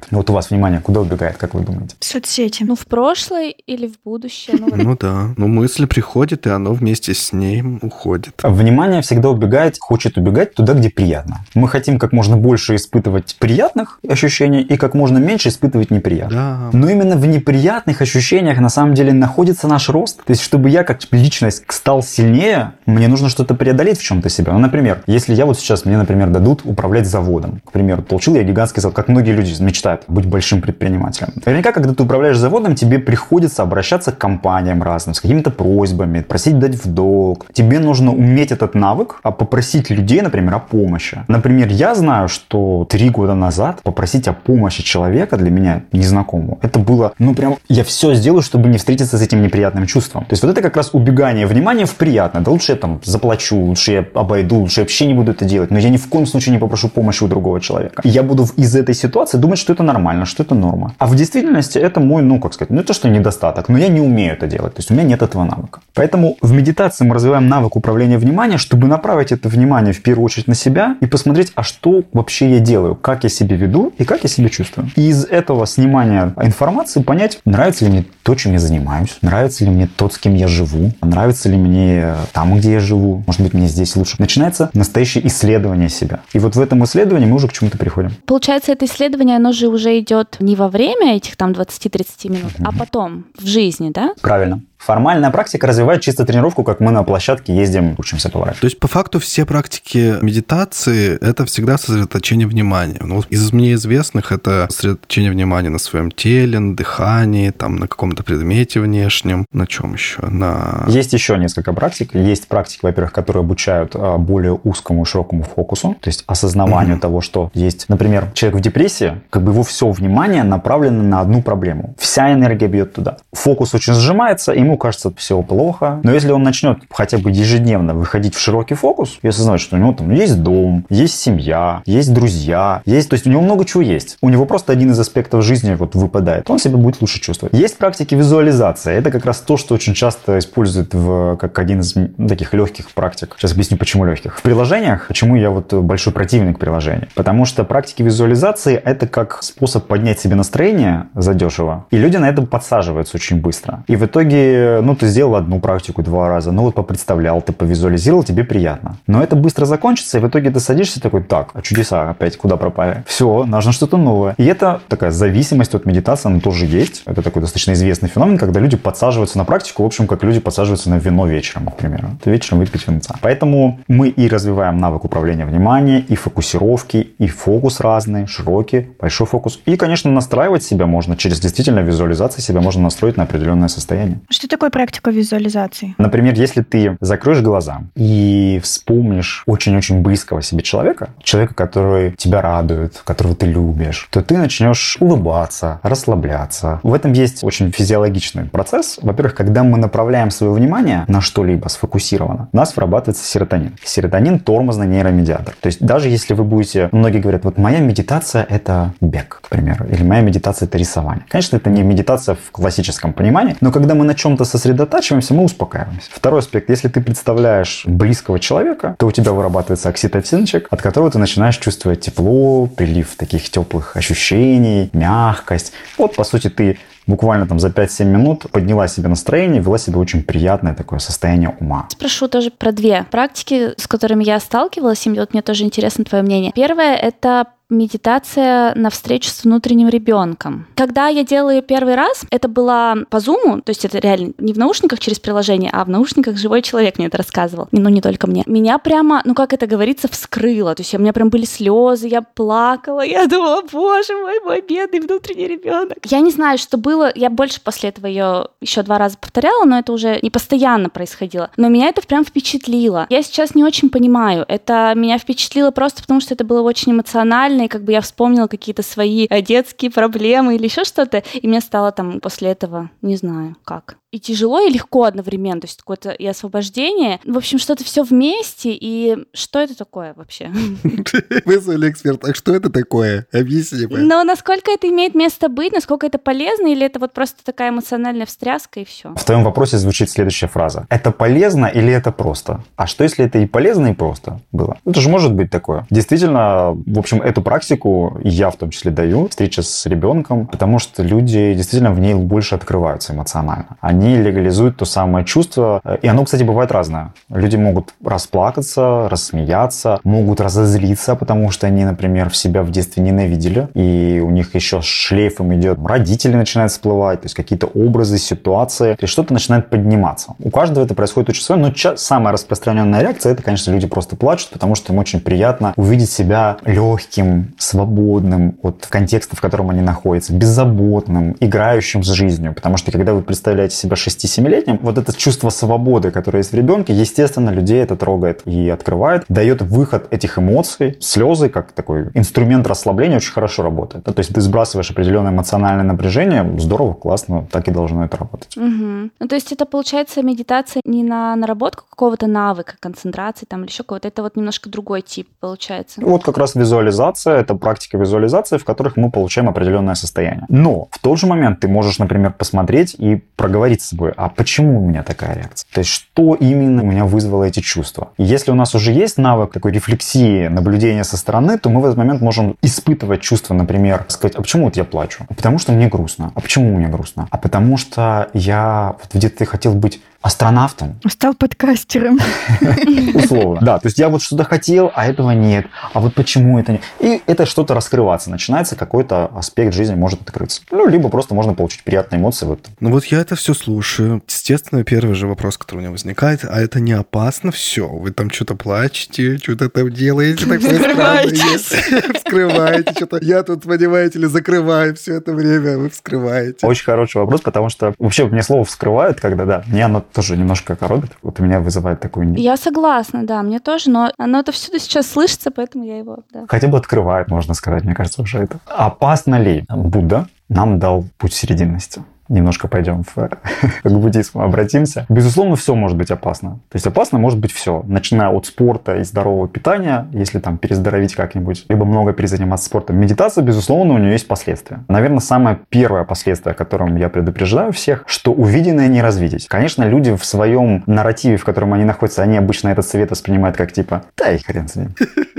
Вот у вас внимание куда убегает, как вы думаете? В соцсети. Ну, в прошлое или в будущее? Ну, вот. Ну да. Ну, мысль приходит, и оно вместе с ней уходит. Внимание всегда убегает, хочет убегать туда, где приятно. Мы хотим как можно больше испытывать приятных ощущений и как можно меньше испытывать неприятных. Да. Но именно в неприятных ощущениях на самом деле находится наш рост. То есть, чтобы я как личность стал сильнее, мне нужно что-то преодолеть в чем-то себя. Ну, например, если я вот сейчас, мне, например, дадут управлять заводом. К примеру, получил я гигантский завод, как многие люди мечтают быть большим предпринимателем. Наверняка, когда ты управляешь заводом, тебе приходится обращаться к компаниям разным, с какими-то просьбами, просить дать в долг. Тебе нужно уметь этот навык, а попросить людей, например, о помощи. Например, я знаю, что три года назад попросить о помощи человека для меня незнакомого, это было, ну прям, я все сделаю, чтобы не встретиться с этим неприятным чувством. То есть вот это как раз убегание внимания в приятное. Да лучше я там заплачу, лучше я обойду, лучше я вообще не буду это делать, но я ни в коем случае не попрошу помощи у другого человека. И я буду из этой ситуации думать, что это нормально, что это норма. А в действительности это мой, ну как сказать, ну это что недостаток, но я не умею это делать, то есть у меня нет этого навыка. Поэтому в медитации мы развиваем навык управления вниманием, чтобы направить это внимание в первую очередь на себя и посмотреть, а что вообще я делаю, как я себя веду и как я себя чувствую. И из этого снимания информации понять, нравится ли мне то, чем я занимаюсь, нравится ли мне тот, с кем я живу, нравится ли мне там, где я живу, может быть, мне здесь лучше. Начинается настоящее исследование себя. И вот в этом исследовании мы уже к чему-то приходим. Получается, это исследование, оно же уже идет не во время этих там двадцать-тридцать минут, mm-hmm. а потом, в жизни, да? Правильно. Формальная практика развивает чисто тренировку, как мы на площадке ездим, учимся поворачивать. То есть, по факту, все практики медитации – это всегда сосредоточение внимания. Ну, из мне известных – это сосредоточение внимания на своем теле, на дыхании, там, на каком-то предмете внешнем. На чем еще? На... Есть еще несколько практик. Есть практики, во-первых, которые обучают более узкому и широкому фокусу, то есть осознаванию mm-hmm. того, что есть, например, человек в депрессии, как бы его все внимание направлено на одну проблему. Вся энергия бьет туда. Фокус очень сжимается, и ему кажется, все плохо. Но если он начнет хотя бы ежедневно выходить в широкий фокус и осознавать, что у него там есть дом, есть семья, есть друзья, есть, то есть у него много чего есть. У него просто один из аспектов жизни вот выпадает. Он себя будет лучше чувствовать. Есть практики визуализации. Это как раз то, что очень часто используют в, как один из таких легких практик. Сейчас объясню, почему легких. В приложениях, почему я вот большой противник приложений. Потому что практики визуализации – это как способ поднять себе настроение задешево. И люди на этом подсаживаются очень быстро. И в итоге ну, ты сделал одну практику два раза, ну, вот попредставлял, ты повизуализировал, тебе приятно. Но это быстро закончится, и в итоге ты садишься такой, так, а чудеса опять куда пропали? Все, нужно что-то новое. И это такая зависимость от медитации, она тоже есть. Это такой достаточно известный феномен, когда люди подсаживаются на практику, в общем, как люди подсаживаются на вино вечером, к примеру. Ты вечером выпить винца. Поэтому мы и развиваем навык управления вниманием, и фокусировки, и фокус разный, широкий, большой фокус. И, конечно, настраивать себя можно через действительно визуализацию, себя можно настроить на определенное состояние. Что такое практика визуализации? Например, если ты закроешь глаза и вспомнишь очень-очень близкого себе человека, человека, который тебя радует, которого ты любишь, то ты начнешь улыбаться, расслабляться. В этом есть очень физиологичный процесс. Во-первых, когда мы направляем свое внимание на что-либо сфокусированно, у нас вырабатывается серотонин. Серотонин – тормозный нейромедиатор. То есть даже если вы будете... Многие говорят, вот моя медитация – это бег, к примеру, или моя медитация – это рисование. Конечно, это не медитация в классическом понимании, но когда мы на чем-то сосредотачиваемся, мы успокаиваемся. Второй аспект. Если ты представляешь близкого человека, то у тебя вырабатывается окситоцинчик, от которого ты начинаешь чувствовать тепло, прилив таких теплых ощущений, мягкость. Вот, по сути, ты буквально там за пять-семь минут подняла себе настроение, вела себе очень приятное такое состояние ума. Спрошу тоже про две практики, с которыми я сталкивалась, и вот мне тоже интересно твое мнение. Первое — это медитация на встречу с внутренним ребенком. Когда я делала ее первый раз, это было по Zoom, то есть это реально не в наушниках через приложение, а в наушниках живой человек мне это рассказывал. Ну, не только мне. Меня прямо, ну, как это говорится, вскрыло. То есть у меня прям были слезы, я плакала, я думала, боже мой, мой бедный внутренний ребенок. Я не знаю, что было, я больше после этого ее еще два раза повторяла, но это уже не постоянно происходило. Но меня это прям впечатлило. Я сейчас не очень понимаю. Это меня впечатлило просто потому, что это было очень эмоционально, и как бы я вспомнила какие-то свои детские проблемы или еще что-то, и мне стало там после этого, не знаю, как. и тяжело, и легко одновременно, то есть какое-то и освобождение. В общем, что-то все вместе, и что это такое вообще? Вызвали эксперта. А что это такое? Объясни. Но насколько это имеет место быть, насколько это полезно, или это вот просто такая эмоциональная встряска, и все? В твоем вопросе звучит следующая фраза. Это полезно или это просто? А что, если это и полезно, и просто было? Это же может быть такое. Действительно, в общем, эту практику я в том числе даю, встреча с ребенком, потому что люди действительно в ней больше открываются эмоционально. Они легализуют то самое чувство, и оно, кстати, бывает разное. Люди могут расплакаться, рассмеяться, могут разозлиться, потому что они, например, в себя в детстве ненавидели, и у них еще шлейфом идет, родители начинают всплывать, то есть какие-то образы, ситуации, то есть что-то начинает подниматься. У каждого это происходит очень свое, но ча- самая распространенная реакция, это, конечно, люди просто плачут, потому что им очень приятно увидеть себя легким, свободным от контекста, в котором они находятся, беззаботным, играющим с жизнью, потому что когда вы представляете себя шести-семилетним, вот это чувство свободы, которое есть в ребенке, естественно, людей это трогает и открывает, дает выход этих эмоций. Слезы, как такой инструмент расслабления, очень хорошо работает. То есть ты сбрасываешь определенное эмоциональное напряжение, здорово, классно, так и должно это работать. Угу. Ну, то есть это, получается, медитация не на наработку какого-то навыка, концентрации там или еще какого-то, это вот немножко другой тип получается. Вот как раз визуализация, это практика визуализации, в которых мы получаем определенное состояние. Но в тот же момент ты можешь, например, посмотреть и проговорить с собой, а почему у меня такая реакция? То есть что именно у меня вызвало эти чувства? И если у нас уже есть навык такой рефлексии, наблюдения со стороны, то мы в этот момент можем испытывать чувства, например, сказать, а почему вот я плачу? А потому что мне грустно. А почему мне грустно? А потому что я вот в детстве хотел быть астронавтом. Стал подкастером. Условно. Да, то есть я вот что-то хотел, а этого нет. А вот почему это нет? И это что-то раскрываться. Начинается какой-то аспект жизни может открыться. Ну, либо просто можно получить приятные эмоции. Вот. Ну вот я это все слушаю. Естественно, первый же вопрос, который у меня возникает, а это не опасно все? Вы там что-то плачете, что-то там делаете, такое странное. Вскрываете что-то. Я тут, понимаете ли, закрываю все это время, вы вскрываете. Очень хороший вопрос, потому что вообще мне слово «вскрывают», когда, да, мне оно тоже немножко коробит. Вот у меня вызывает такую... Я согласна, да, мне тоже, но оно-то всюду сейчас слышится, поэтому я его, да. Хотя бы открывает, можно сказать, мне кажется, уже это. Опасно ли? Будда нам дал путь серединности. Немножко пойдем в, к буддизму, обратимся. Безусловно, все может быть опасно. То есть опасно может быть все. Начиная от спорта и здорового питания, если там перездоровить как-нибудь, либо много перезаниматься спортом. Медитация, безусловно, у нее есть последствия. Наверное, самое первое последствие, о котором я предупреждаю всех, что увиденное не развидеть. Конечно, люди в своем нарративе, в котором они находятся, они обычно этот совет воспринимают как типа «да и хрен с ним».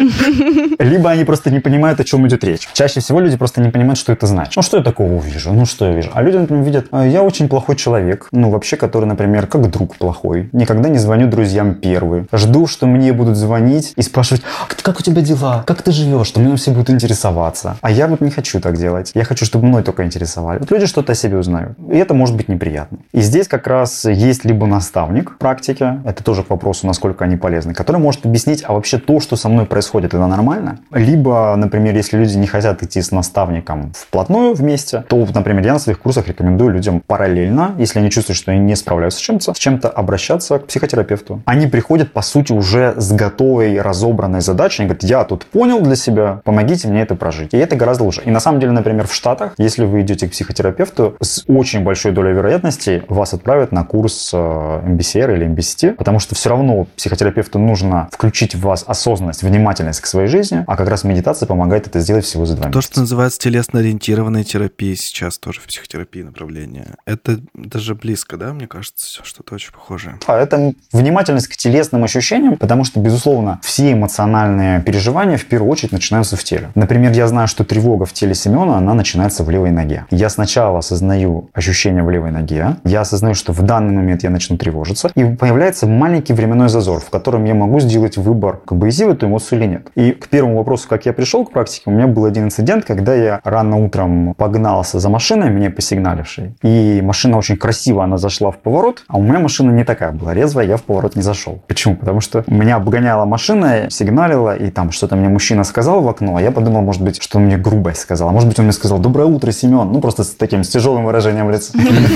Либо они просто не понимают, о чем идет речь. Чаще всего люди просто не понимают, что это значит. Ну, что я такого увижу? Ну, что я вижу? А люди, например, видят, я очень плохой человек. Ну, вообще, который, например, как друг плохой. Никогда не звоню друзьям первый. Жду, что мне будут звонить и спрашивать, как у тебя дела? Как ты живешь? Что мне все будут интересоваться. А я вот не хочу так делать. Я хочу, чтобы мной только интересовали. Вот люди что-то о себе узнают. И это может быть неприятно. И здесь как раз есть либо наставник практики, это тоже к вопросу, насколько они полезны, который может объяснить, а вообще то, что со мной происходит, это нормально? Либо, например, если люди не хотят идти с наставником вплотную вместе, то, например, я на своих курсах рекомендую людям параллельно, если они чувствуют, что они не справляются с чем-то, с чем-то обращаться к психотерапевту. Они приходят, по сути, уже с готовой, разобранной задачей. Они говорят, я тут понял для себя, помогите мне это прожить. И это гораздо лучше. И на самом деле, например, в Штатах, если вы идете к психотерапевту, с очень большой долей вероятности вас отправят на курс эм би си эр или эм би си ти, потому что все равно психотерапевту нужно включить в вас осознанность, внимательность к своей жизни, а как раз медитация помогает это сделать всего за два месяца. То, что называется телесно-ориентированной терапией, сейчас тоже в психотерапии направление. Это даже близко, да, мне кажется, что-то очень похожее. А это внимательность к телесным ощущениям, потому что, безусловно, все эмоциональные переживания в первую очередь начинаются в теле. Например, я знаю, что тревога в теле Семена, она начинается в левой ноге. Я сначала осознаю ощущения в левой ноге, я осознаю, что в данный момент я начну тревожиться, и появляется маленький временной зазор, в котором я могу сделать выбор, как бы идти в эту эмоцию или нет. И к первому вопросу, как я пришел к практике, у меня был один инцидент, когда я рано утром погнался за машиной, мне посигналившей, и машина очень красиво, она зашла в поворот, а у меня машина не такая была резвая, я в поворот не зашел. Почему? Потому что меня обгоняла машина, сигналила, и там что-то мне мужчина сказал в окно, а я подумал, может быть, что он мне грубость сказал. А может быть, он мне сказал «Доброе утро, Семен», ну просто с таким, с тяжелым выражением лица.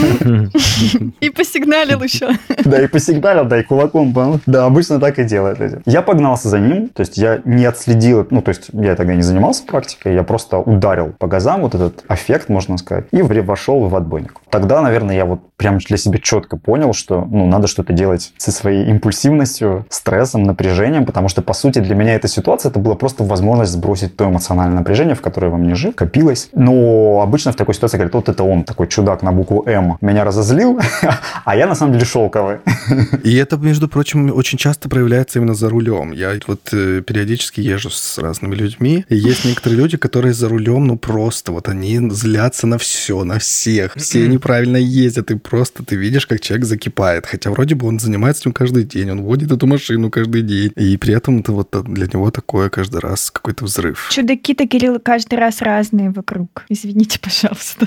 И посигналил еще. Да, и посигналил, да, и кулаком. Да, обычно так и делает. Я погнался за ним, то есть я не отследил, ну то есть я тогда не занимался практикой, я просто ударил по газам, вот этот аффект, можно сказать, и вошел в отбой. отбойник. Тогда, наверное, я вот прям для себя четко понял, что ну, надо что-то делать со своей импульсивностью, стрессом, напряжением, потому что, по сути, для меня эта ситуация, это была просто возможность сбросить то эмоциональное напряжение, в которое во мне жил, копилось. Но обычно в такой ситуации говорят, вот это он, такой чудак на букву М, меня разозлил, а я на самом деле шелковый. И это, между прочим, очень часто проявляется именно за рулем. Я вот э, периодически езжу с разными людьми, и есть некоторые люди, которые за рулем, ну просто вот они злятся на все, на всех, все неправильно ездят, и просто ты видишь, как человек закипает. Хотя вроде бы он занимается этим каждый день, он водит эту машину каждый день, и при этом это вот для него такое каждый раз какой-то взрыв. Чудаки-то, Кирилл, каждый раз разные вокруг. Извините, пожалуйста.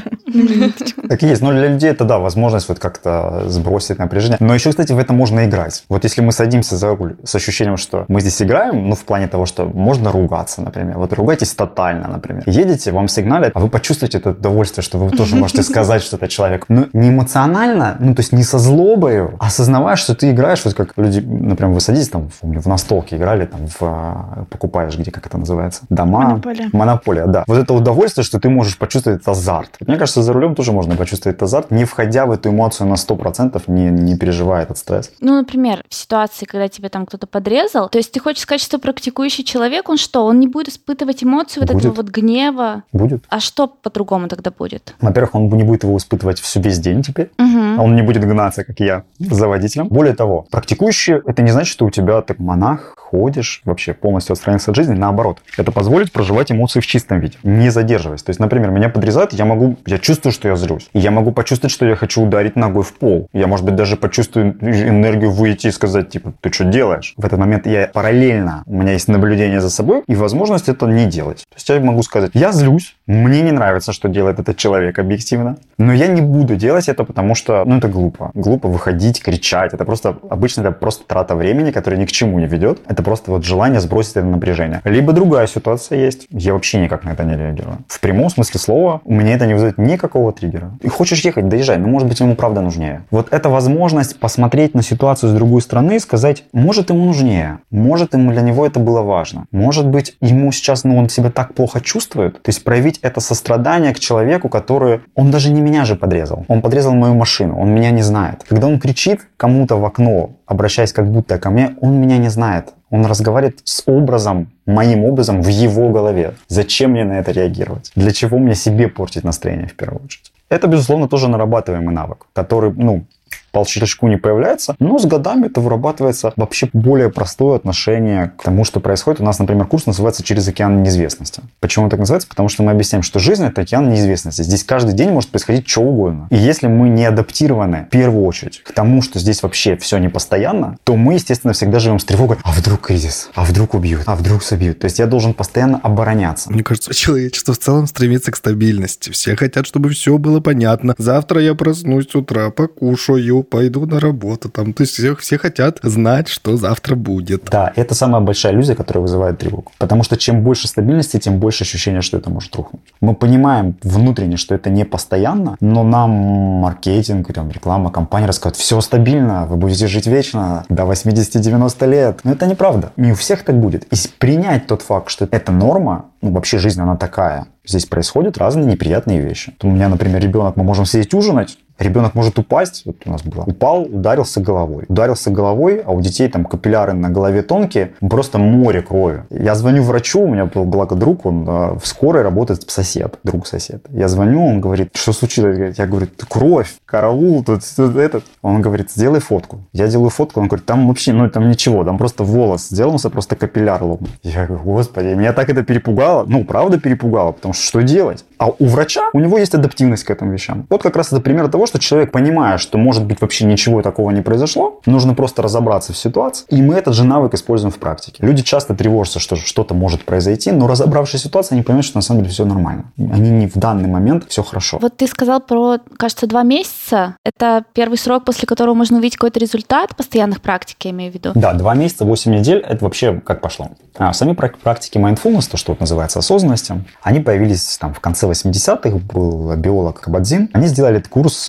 Так и есть. Но для людей это, да, возможность вот как-то сбросить напряжение. Но еще, кстати, в это можно играть. Вот если мы садимся за руль с ощущением, что мы здесь играем, ну, в плане того, что можно ругаться, например. Вот ругайтесь тотально, например. Едете, вам сигналят, а вы почувствуете это удовольствие, что вы тоже можете сказать что-то человеку. Но не эмоционально, ну, то есть не со злобою, а осознавая, что ты играешь, вот как люди, например, вы садитесь там, помню, в настолке играли, там, в, покупаешь, где, как это называется, дома. Монополия. Монополия, да. Вот это удовольствие, что ты можешь почувствовать азарт. Мне кажется, за рулем тоже можно почувствовать азарт, не входя в эту эмоцию на сто процентов, не, не переживая этот стресс. Ну, например, в ситуации, когда тебя там кто-то подрезал, то есть ты хочешь сказать, что практикующий человек, он что, он не будет испытывать эмоцию вот Будет. этого вот гнева? Будет. А что по-другому тогда будет? Во-первых, он не будет его испытывать всю весь день теперь. Угу. Он не будет гнаться, как я, за водителем. Более того, практикующий, это не значит, что у тебя так монах, ходишь, вообще полностью отстранился от жизни. Наоборот, это позволит проживать эмоции в чистом виде, не задерживаясь. То есть, например, меня подрезают, я могу, я чувствую, что я злюсь. И я могу почувствовать, что я хочу ударить ногой в пол. Я, может быть, даже почувствую энергию выйти и сказать, типа, ты что делаешь? В этот момент я параллельно, у меня есть наблюдение за собой и возможность это не делать. То есть я могу сказать, я злюсь, мне не нравится, что делает этот человек объективно, но я не буду делать это, потому что, ну, это глупо. Глупо выходить, кричать. Это просто, обычно это просто трата времени, которая ни к чему не ведет. Это просто вот желание сбросить это напряжение. Либо другая ситуация есть, я вообще никак на это не реагирую. В прямом смысле слова у меня это не вызывает никакого триггера. И хочешь ехать, доезжай, но может быть ему правда нужнее. Вот эта возможность посмотреть на ситуацию с другой стороны и сказать, может ему нужнее, может ему для него это было важно, может быть ему сейчас, ну, он себя так плохо чувствует, то есть проявить это сострадание к человеку, который, он даже не меня же подрезал, он подрезал мою машину, он меня не знает. Когда он кричит кому-то в окно, обращаясь как будто ко мне, он меня не знает. Он разговаривает с образом, моим образом в его голове. Зачем мне на это реагировать? Для чего мне себе портить настроение в первую очередь? Это, безусловно, тоже нарабатываемый навык, который, ну, по щелчку не появляется, но с годами это вырабатывается вообще более простое отношение к тому, что происходит. У нас, например, курс называется «Через океан неизвестности». Почему он так называется? Потому что мы объясняем, что жизнь – это океан неизвестности. Здесь каждый день может происходить что угодно. И если мы не адаптированы, в первую очередь, к тому, что здесь вообще все непостоянно, то мы, естественно, всегда живем с тревогой. А вдруг кризис? А вдруг убьют? А вдруг собьют? То есть я должен постоянно обороняться. Мне кажется, человечество в целом стремится к стабильности. Все хотят, чтобы все было понятно. Завтра я проснусь с утра, покушаю, пойду на работу. Там. То есть все, все хотят знать, что завтра будет. Да, это самая большая иллюзия, которая вызывает тревогу. Потому что чем больше стабильности, тем больше ощущения, что это может рухнуть. Мы понимаем внутренне, что это не постоянно, но нам маркетинг, там, реклама, компания рассказывают, все стабильно, вы будете жить вечно, до восемьдесят-девяносто лет. Но это неправда. Не у всех так будет. И принять тот факт, что это норма, ну, вообще жизнь, она такая. Здесь происходят разные неприятные вещи. У меня, например, ребенок, мы можем сидеть ужинать, ребенок может упасть, вот у нас было, упал, ударился головой. Ударился головой, а у детей там капилляры на голове тонкие, просто море крови. Я звоню врачу, у меня был, благо, друг, он э, в скорой работает сосед, друг сосед. Я звоню, он говорит, что случилось? Я говорю, кровь, караул, тут, тут этот. Он говорит, сделай фотку. Я делаю фотку, он говорит, там вообще, ну там ничего, там просто волос сделался, просто капилляр лопнул. Я говорю, господи, меня так это перепугало, ну правда перепугало, потому что что делать? А у врача, у него есть адаптивность к этим вещам. Вот как раз это пример того, что человек, понимая, что может быть вообще ничего такого не произошло, нужно просто разобраться в ситуации. И мы этот же навык используем в практике. Люди часто тревожатся, что что-то может произойти, но разобравшись в ситуации, они понимают, что на самом деле все нормально. Они не в данный момент, все хорошо. Вот ты сказал про, кажется, два месяца. Это первый срок, после которого можно увидеть какой-то результат постоянных практик, я имею в виду. Да, два месяца, восемь недель, это вообще как пошло. А сами практики mindfulness, то, что вот называется осознанностью, они появились там в конце восьмидесятых, был биолог Кабадзин. Они сделали этот курс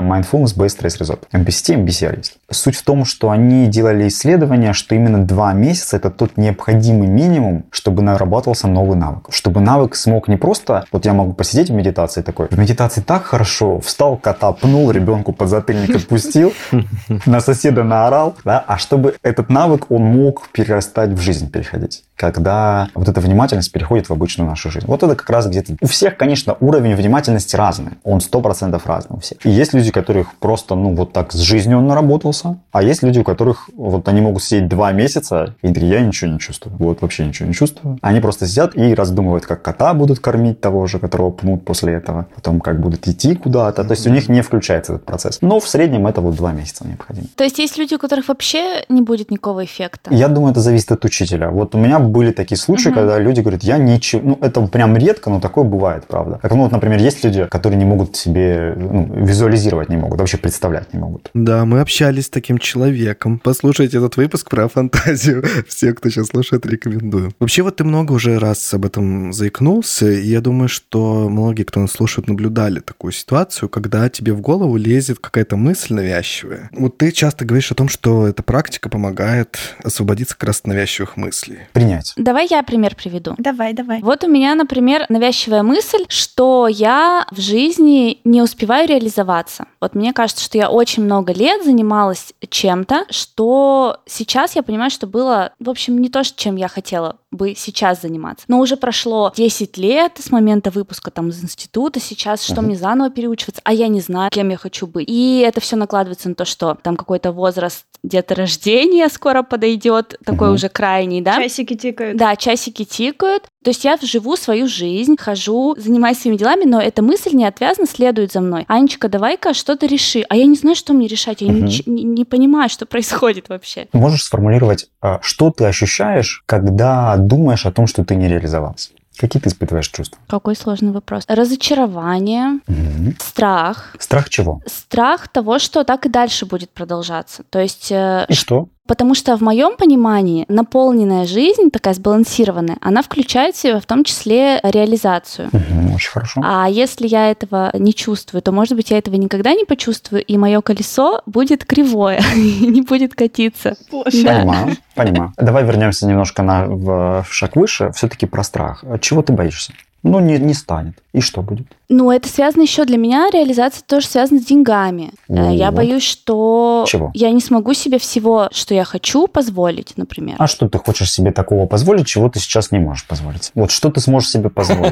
Mindfulness Based Stress Result. эм би си ти, эм би си ар есть. Суть в том, что они делали исследования, что именно два месяца – это тот необходимый минимум, чтобы наработался новый навык. Чтобы навык смог не просто, вот я могу посидеть в медитации такой, в медитации так хорошо, встал, кота пнул, ребенку подзатыльник отпустил, на соседа наорал, да, а чтобы этот навык, он мог перерастать в жизнь, переходить. Когда вот эта внимательность переходит в обычную нашу жизнь. Вот это как раз где-то... У всех, конечно, уровень внимательности разный. Он сто процентов разный у всех. И есть люди, у которых просто, ну, вот так с жизнью он наработался, а есть люди, у которых вот они могут сидеть два месяца и говорить, я ничего не чувствую. Вот вообще ничего не чувствую. Они просто сидят и раздумывают, как кота будут кормить того же, которого пнут после этого, потом как будут идти куда-то. То есть у них не включается этот процесс. Но в среднем это вот два месяца необходимо. То есть есть люди, у которых вообще не будет никакого эффекта? Я думаю, это зависит от учителя. Вот у меня были такие случаи, uh-huh. когда люди говорят, я ничего... Ну, это прям редко, но такое бывает, правда. Как, ну, вот, например, есть люди, которые не могут себе ну, визуализировать не могут, вообще представлять не могут. Да, мы общались с таким человеком. Послушайте этот выпуск про фантазию. Все, кто сейчас слушает, рекомендую. Вообще, вот ты много уже раз об этом заикнулся, и я думаю, что многие, кто нас слушает, наблюдали такую ситуацию, когда тебе в голову лезет какая-то мысль навязчивая. Вот ты часто говоришь о том, что эта практика помогает освободиться как раз от навязчивых мыслей. Принять. Давай я пример приведу. Давай, давай. Вот у меня, например, навязчивая мысль, что я в жизни не успеваю реализоваться. Вот мне кажется, что я очень много лет занималась чем-то, что сейчас я понимаю, что было, в общем, не то, чем я хотела бы сейчас заниматься. Но уже прошло десять лет с момента выпуска там из института, сейчас что uh-huh. мне заново переучиваться, а я не знаю, кем я хочу быть. И это все накладывается на то, что там какой-то возраст где-то рождения скоро подойдет, такой uh-huh. уже крайний, да? Часики тикают. Да, часики тикают. То есть я живу свою жизнь, хожу, занимаюсь своими делами, но эта мысль неотвязно следует за мной. Анечка, давай-ка что-то реши. А я не знаю, что мне решать, я uh-huh. не, не понимаю, что происходит вообще. Можешь сформулировать, что ты ощущаешь, когда думаешь о том, что ты не реализовался? Какие ты испытываешь чувства? Какой сложный вопрос. Разочарование, угу. страх. Страх чего? Страх того, что так и дальше будет продолжаться. То есть... И что? Потому что в моем понимании наполненная жизнь, такая сбалансированная, она включает в себя в том числе реализацию. Угу, очень хорошо. А если я этого не чувствую, то, может быть, я этого никогда не почувствую, и мое колесо будет кривое, не будет катиться. Понимаю, понимаю. Давай вернемся немножко на, в, в шаг выше. Все-таки про страх. Чего ты боишься? Ну, не, не станет. И что будет? Ну, это связано еще для меня, реализация тоже связана с деньгами. Вот. Я боюсь, что Чего? Я не смогу себе всего, что я хочу, позволить, например. А что ты хочешь себе такого позволить, чего ты сейчас не можешь позволить? Вот что ты сможешь себе позволить?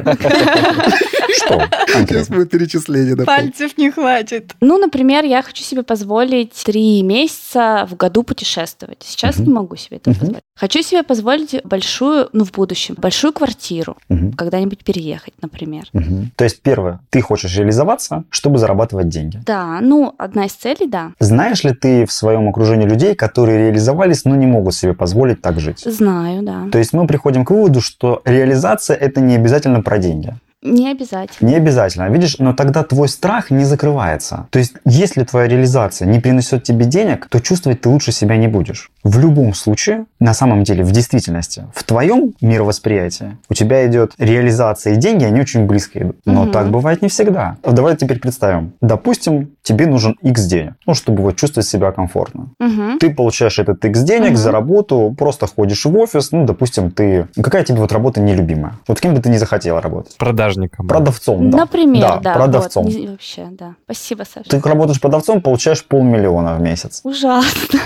Что? Сейчас будет перечисление. Пальцев не хватит. Ну, например, я хочу себе позволить три месяца в году путешествовать. Сейчас не могу себе это позволить. Хочу себе позволить большую, ну, в будущем, большую квартиру, когда-нибудь переехать, например. То есть, первое, ты хочешь реализоваться, чтобы зарабатывать деньги. Да, ну, одна из целей, да. Знаешь ли ты в своем окружении людей, которые реализовались, но не могут себе позволить так жить? Знаю, да. То есть мы приходим к выводу, что реализация – это не обязательно про деньги. Не обязательно. Не обязательно. Видишь, но тогда твой страх не закрывается. То есть, если твоя реализация не принесет тебе денег, то чувствовать ты лучше себя не будешь. В любом случае, на самом деле, в действительности, в твоем мировосприятии у тебя идет реализация и деньги, они очень близко идут. Но угу. так бывает не всегда. Давай теперь представим. Допустим, тебе нужен X денег, ну, чтобы вот чувствовать себя комфортно. Угу. Ты получаешь этот X денег угу. за работу, просто ходишь в офис, ну, допустим, ты... Какая тебе вот работа нелюбимая? Вот кем бы ты не захотела работать? Продажником. Продавцом, да. Например, да. да. Продавцом. Вот, не, вообще, да. Спасибо, Саша. Ты работаешь продавцом, получаешь полмиллиона в месяц. Ужасно.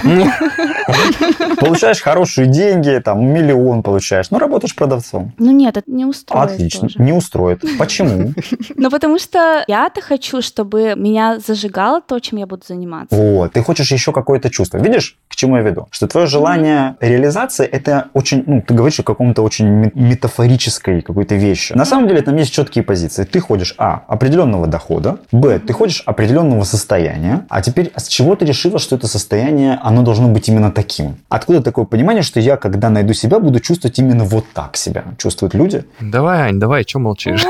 Получаешь хорошие деньги, там, миллион получаешь, но работаешь продавцом. Ну нет, это не устроит. Отлично, не устроит. Почему? Ну потому что я-то хочу, чтобы меня зажигало то, чем я буду заниматься. Вот, ты хочешь еще какое-то чувство. Видишь, к чему я веду? Что твое желание реализации, это очень, ну, ты говоришь о каком-то очень метафорической какой-то вещи. На самом деле там есть четкие позиции. Ты ходишь, а, определенного дохода, б, ты ходишь определенного состояния, а теперь с чего ты решила, что это состояние, оно должно быть именно таким? Откуда такое понимание, что я, когда найду себя, буду чувствовать именно вот так себя? Чувствуют люди? Давай, Ань, давай, что молчишь?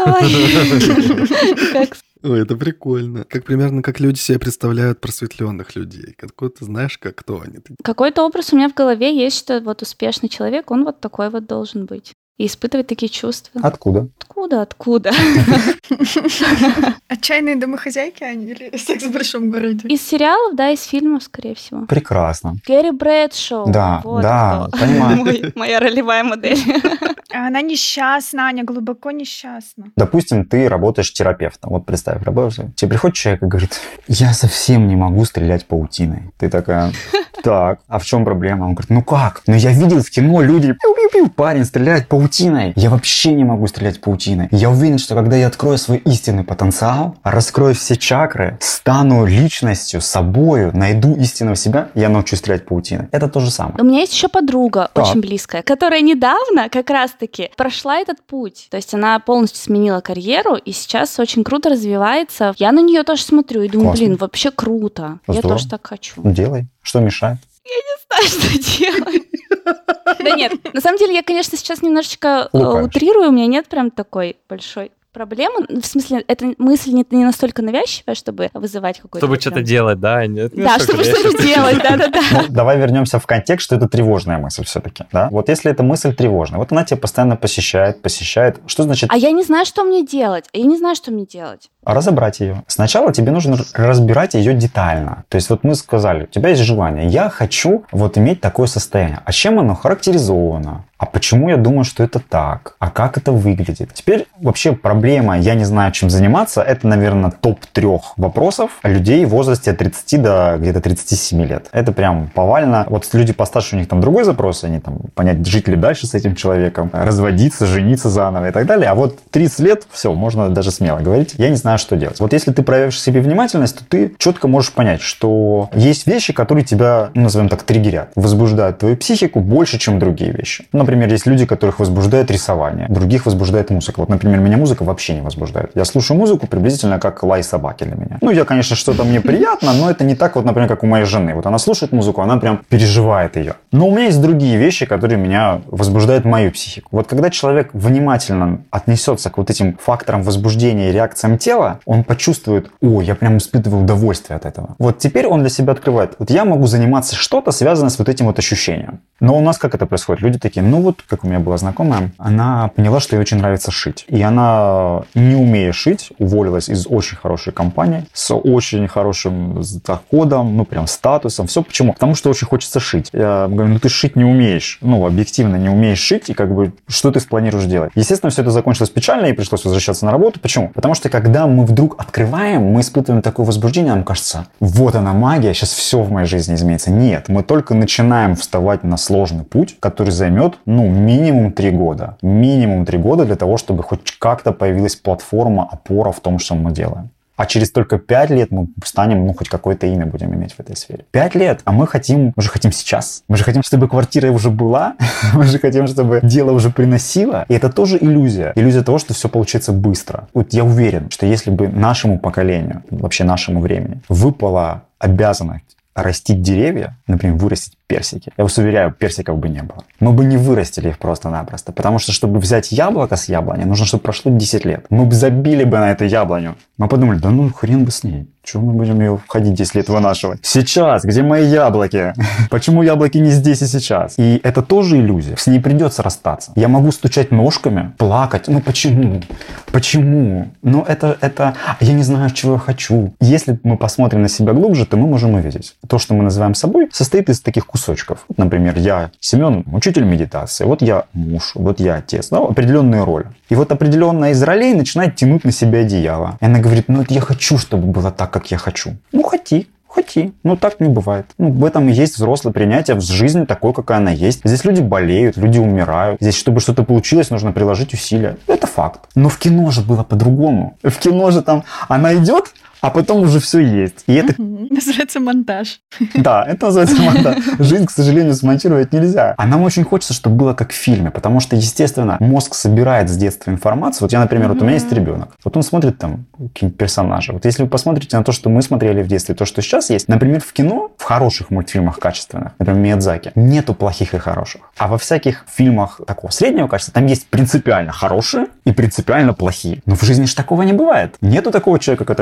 Ой, это прикольно. Как примерно как люди себе представляют просветленных людей. Откуда ты знаешь, как кто они? Какой-то образ у меня в голове есть, что вот успешный человек, он вот такой вот должен быть. и испытывать такие чувства. Откуда? Откуда, откуда? Отчаянные домохозяйки они или секс в большом городе? Из сериалов, да, из фильмов, скорее всего. Прекрасно. Кэрри Брэдшоу. Да, вот да, кто. понимаю. Мой- Моя ролевая модель. Она несчастна, Аня глубоко несчастна. Допустим, ты работаешь терапевтом. Вот представь, работаешь. Тебе приходит человек и говорит, я совсем не могу стрелять паутиной. Ты такая, так, а в чем проблема? Он говорит, ну как? Ну я видел в кино люди, пиу-пиу-пиу, парень стреляет паутиной. Я вообще не могу стрелять паутиной. Я уверен, что когда я открою свой истинный потенциал, раскрою все чакры, стану личностью, собою, найду истинного себя, я научусь стрелять паутиной. Это то же самое. У меня есть еще подруга, Так. очень близкая, которая недавно как раз-таки прошла этот путь. То есть она полностью сменила карьеру и сейчас очень круто развивается. Я на нее тоже смотрю и думаю, Классно. блин, вообще круто. Я Здорово. тоже так хочу. Делай. Что мешает? Знаю, что делать. Да нет, на самом деле я, конечно, сейчас немножечко э, Лукавишь. утрирую, у меня нет прям такой большой проблемы. В смысле, эта мысль не, не настолько навязчивая, чтобы вызывать какой-то... Чтобы прям- что-то делать, да? Нет, ну, Да, что, чтобы конечно. что-то делать, да-да-да. Ну, давай вернемся в контекст, что это тревожная мысль все-таки. Да? Вот если эта мысль тревожная, вот она тебя постоянно посещает, посещает. Что значит А я не знаю, что мне делать. Я не знаю, что мне делать. разобрать ее? Сначала тебе нужно разбирать ее детально. То есть вот мы сказали, у тебя есть желание, я хочу вот иметь такое состояние. А чем оно характеризовано? А почему я думаю, что это так? А как это выглядит? Теперь вообще проблема «я не знаю, чем заниматься» — это, наверное, топ трех вопросов людей в возрасте от тридцати до где-то тридцати семи лет. Это прям повально. Вот люди постарше, у них там другой запрос, они там понять, жить ли дальше с этим человеком, разводиться, жениться заново и так далее. А вот тридцать лет, все, можно даже смело говорить, я не знаю, что делать. Вот если ты проявишь себе внимательность, то ты четко можешь понять, что есть вещи, которые тебя, ну, назовем так, триггерят, возбуждают твою психику больше, чем другие вещи. Например, есть люди, которых возбуждает рисование, других возбуждает музыка. Вот, например, меня музыка вообще не возбуждает. Я слушаю музыку приблизительно как лай собаки для меня. Ну, я, конечно, что-то мне приятно, но это не так, вот, например, как у моей жены. Вот она слушает музыку, она прям переживает ее. Но у меня есть другие вещи, которые меня возбуждают мою психику. Вот когда человек внимательно отнесется к вот этим факторам возбуждения и реакциям тела, он почувствует, о, я прям испытываю удовольствие от этого. Вот теперь он для себя открывает, вот я могу заниматься что-то, связанное с вот этим вот ощущением. Но у нас как это происходит? Люди такие, ну вот, как у меня была знакомая, она поняла, что ей очень нравится шить. И она, не умея шить, уволилась из очень хорошей компании, с очень хорошим доходом, ну прям статусом. Все почему? Потому что очень хочется шить. Я говорю, ну ты шить не умеешь. Ну, объективно не умеешь шить, и как бы, что ты планируешь делать? Естественно, все это закончилось печально, и пришлось возвращаться на работу. Почему? Потому что когда мы вдруг открываем, мы испытываем такое возбуждение, нам кажется, вот она магия, сейчас все в моей жизни изменится. Нет, мы только начинаем вставать на сложный путь, который займет, ну, минимум три года. Минимум три года для того, чтобы хоть как-то появилась платформа, опора в том, что мы делаем. А через только пять лет мы станем, ну, хоть какое-то имя будем иметь в этой сфере. Пять лет, а мы хотим, мы же хотим сейчас. Мы же хотим, чтобы квартира уже была. Мы же хотим, чтобы дело уже приносило. И это тоже иллюзия. Иллюзия того, что все получится быстро. Вот я уверен, что если бы нашему поколению, вообще нашему времени, выпала обязанность растить деревья, например, вырастить персики. Я вас уверяю, персиков бы не было. Мы бы не вырастили их просто-напросто. Потому что, чтобы взять яблоко с яблони, нужно, чтобы прошло десять лет. Мы бы забили бы на эту яблоню. Мы подумали, да ну хрен бы с ней. Чего мы будем ее входить десять лет вынашивать? Сейчас, где мои яблоки? Почему яблоки не здесь и сейчас? И это тоже иллюзия. С ней придется расстаться. Я могу стучать ножками, плакать. Ну почему? Почему? Ну это, это... Я не знаю, чего я хочу. Если мы посмотрим на себя глубже, то мы можем увидеть. То, что мы называем собой, состоит из таких кусочков. Например, я Семен, учитель медитации. Вот я муж, вот я отец. Ну, определенные роли. И вот определенная из ролей начинает тянуть на себя одеяло. И она говорит, ну это я хочу, чтобы было так, как я хочу. Ну хоти. Хоти. Ну, так не бывает. Ну, в этом и есть взрослое принятие в жизни такой, какая она есть. Здесь люди болеют, люди умирают. Здесь, чтобы что-то получилось, нужно приложить усилия. Это факт. Но в кино же было по-другому. В кино же там она идет, а потом уже все есть. И это... Называется монтаж. Да, это называется монтаж. Жизнь, к сожалению, смонтировать нельзя. А нам очень хочется, чтобы было как в фильме, потому что, естественно, мозг собирает с детства информацию. Вот я, например, вот у меня есть ребенок. Вот он смотрит там какие-нибудь персонажи. Вот если вы посмотрите на то, что мы смотрели в детстве, то, что сейчас есть, например, в кино, в хороших мультфильмах качественных, например, Миядзаки, нету плохих и хороших. А во всяких фильмах такого среднего качества там есть принципиально хорошие и принципиально плохие. Но в жизни же такого не бывает. Нету такого человека, который говорит, ха-ха,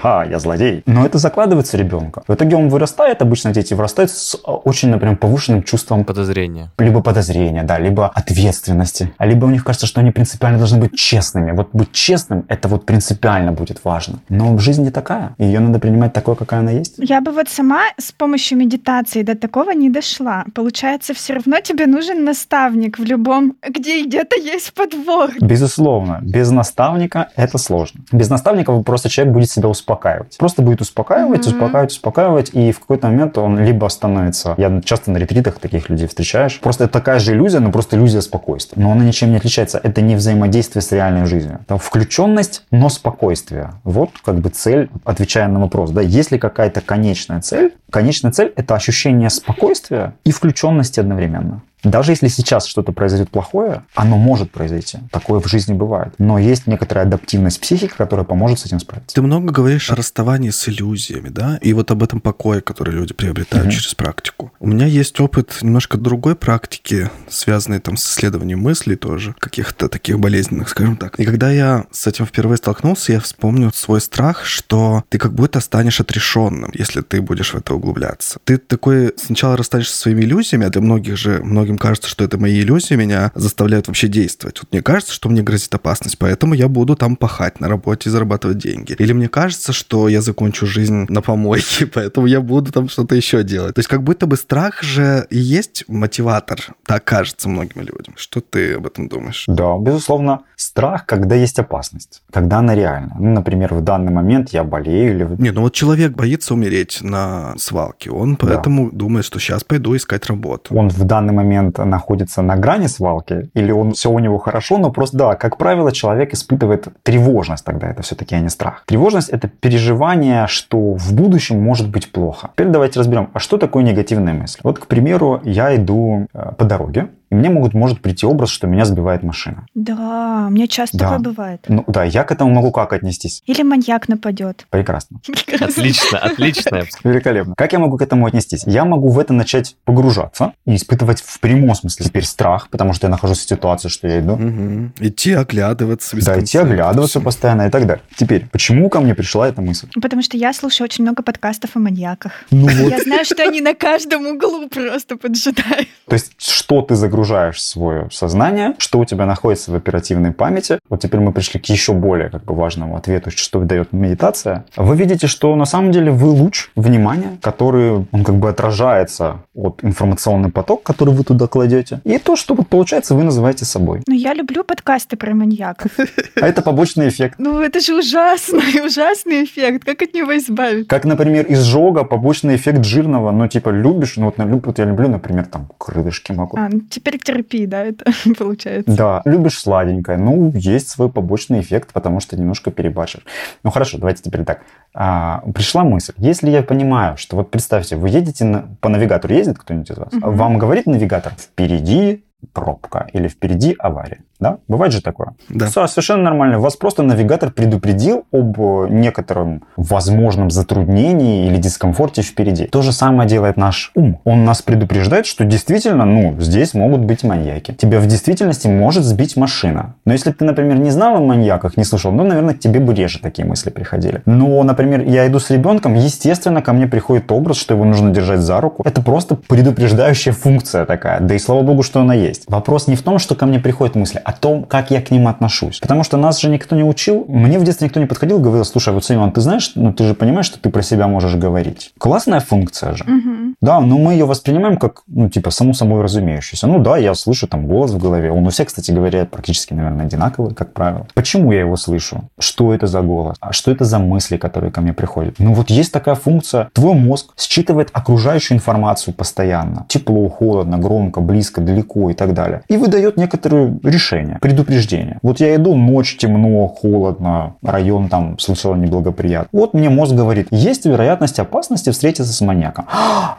ха, я злодей. Но это закладывается ребенка. В итоге он вырастает, обычно дети вырастают с очень, например, повышенным чувством подозрения. Либо подозрения, да, либо ответственности. А либо у них кажется, что они принципиально должны быть честными. Вот быть честным, это вот принципиально будет важно. Но жизнь не такая. Ее надо принимать такой, какая она есть. Я бы вот сама с помощью медитации до такого не дошла. Получается, все равно тебе нужен наставник в любом, где где-то есть подвох. Безусловно. Без наставника это сложно. Без наставника просто человек будет себя успокаивать. Просто будет успокаивать, mm-hmm. успокаивать, успокаивать, и в какой-то момент он либо становится... Я часто на ретритах таких людей встречаешь. Просто это такая же иллюзия, но просто иллюзия спокойствия. Но она ничем не отличается. Это не взаимодействие с реальной жизнью. Это включенность, но спокойствие. Вот как бы цель, отвечая на вопрос. Да, есть ли какая-то конечная цель? Конечная цель – это ощущение спокойствия и включенности одновременно. Даже если сейчас что-то произойдет плохое, оно может произойти. Такое в жизни бывает. Но есть некоторая адаптивность психики, которая поможет с этим справиться. Ты много говоришь о расставании с иллюзиями, да? И вот об этом покое, который люди приобретают mm-hmm. через практику. У меня есть опыт немножко другой практики, связанной там с исследованием мыслей тоже, каких-то таких болезненных, скажем так. И когда я с этим впервые столкнулся, я вспомнил свой страх, что ты как будто станешь отрешенным, если ты будешь в это углубляться. Ты такой сначала расстанешься со своими иллюзиями, а для многих же, многим кажется, что это мои иллюзии меня заставляют вообще действовать. Вот мне кажется, что мне грозит опасность, поэтому я буду там пахать на работе и зарабатывать деньги. Или мне кажется, что я закончу жизнь на помойке, поэтому я буду там что-то еще делать. То есть как будто бы страх же и есть мотиватор. Так кажется многим людям. Что ты об этом думаешь? Да, безусловно, страх, когда есть опасность, когда она реальна. Ну, например, в данный момент я болею или... Не, ну вот человек боится умереть на свалке. Он поэтому да. думает, что сейчас пойду искать работу. Он в данный момент находится на грани свалки, или он все у него хорошо, но просто, да, как правило, человек испытывает тревожность тогда, это все-таки, а не страх. Тревожность – это переживание, что в будущем может быть плохо. Теперь давайте разберем, а что такое негативная мысль? Вот, к примеру, я иду по дороге, и мне могут, может прийти образ, что меня сбивает машина. Да, мне часто да. такое бывает. Ну да, я к этому могу как отнестись? Или маньяк нападет. Прекрасно. Отлично, отлично. Великолепно. Как я могу к этому отнестись? Я могу в это начать погружаться и испытывать в прямом смысле теперь страх, потому что я нахожусь в ситуации, что я иду. Угу. Идти оглядываться. Да, идти оглядываться постоянно и так далее. Теперь, почему ко мне пришла эта мысль? Потому что я слушаю очень много подкастов о маньяках. Ну вот. Я знаю, что они на каждом углу просто поджидают. То есть, что ты загружаешь в свое сознание, что у тебя находится в оперативной памяти. Вот теперь мы пришли к еще более как бы важному ответу, что дает медитация. Вы видите, что на самом деле вы луч внимания, который, он как бы отражается от информационный поток, который вы туда кладете. И то, что вот получается, вы называете собой. Ну, я люблю подкасты про маньяков. А это побочный эффект. Ну, это же ужасный, ужасный эффект. Как от него избавиться? Как, например, изжога, побочный эффект жирного. Ну, типа, любишь, ну, вот, вот я люблю, например, там, крылышки могу. А, ну, теперь терапия, да, это получается. Да, любишь сладенькое. Ну, есть свой побочный эффект, потому что немножко перебарщишь. Ну, хорошо, давайте теперь так. А, пришла мысль. Если я понимаю, что вот представьте, вы едете на, по навигатору, ездит кто-нибудь из вас? Угу. Вам говорит навигатор, впереди пробка или впереди авария. Да? Бывает же такое? Да. Все, совершенно нормально. Вас просто навигатор предупредил об некотором возможном затруднении или дискомфорте впереди. То же самое делает наш ум. Он нас предупреждает, что действительно, ну, здесь могут быть маньяки. Тебя в действительности может сбить машина. Но если бы ты, например, не знал о маньяках, не слышал, ну, наверное, к тебе бы реже такие мысли приходили. Но, например, я иду с ребенком, естественно, ко мне приходит образ, что его нужно держать за руку. Это просто предупреждающая функция такая. Да и слава богу, что она есть. Вопрос не в том, что ко мне приходят мысли, а о том, как я к ним отношусь. Потому что нас же никто не учил. Мне в детстве никто не подходил и говорил, слушай, вот, Семен, ты знаешь, ну ты же понимаешь, что ты про себя можешь говорить. Классная функция же. Угу. Да, но мы ее воспринимаем как, ну, типа, саму собой разумеющуюся. Ну да, я слышу там голос в голове. Он у всех, кстати говоря, практически, наверное, одинаковый, как правило. Почему я его слышу? Что это за голос? А что это за мысли, которые ко мне приходят? Ну вот есть такая функция. Твой мозг считывает окружающую информацию постоянно. Тепло, холодно, громко, близко, далеко и так далее. И выдает некоторые решения. Предупреждение. Вот я иду, ночь, темно, холодно, район там случайно неблагоприятный. Вот мне мозг говорит, есть вероятность опасности встретиться с маньяком.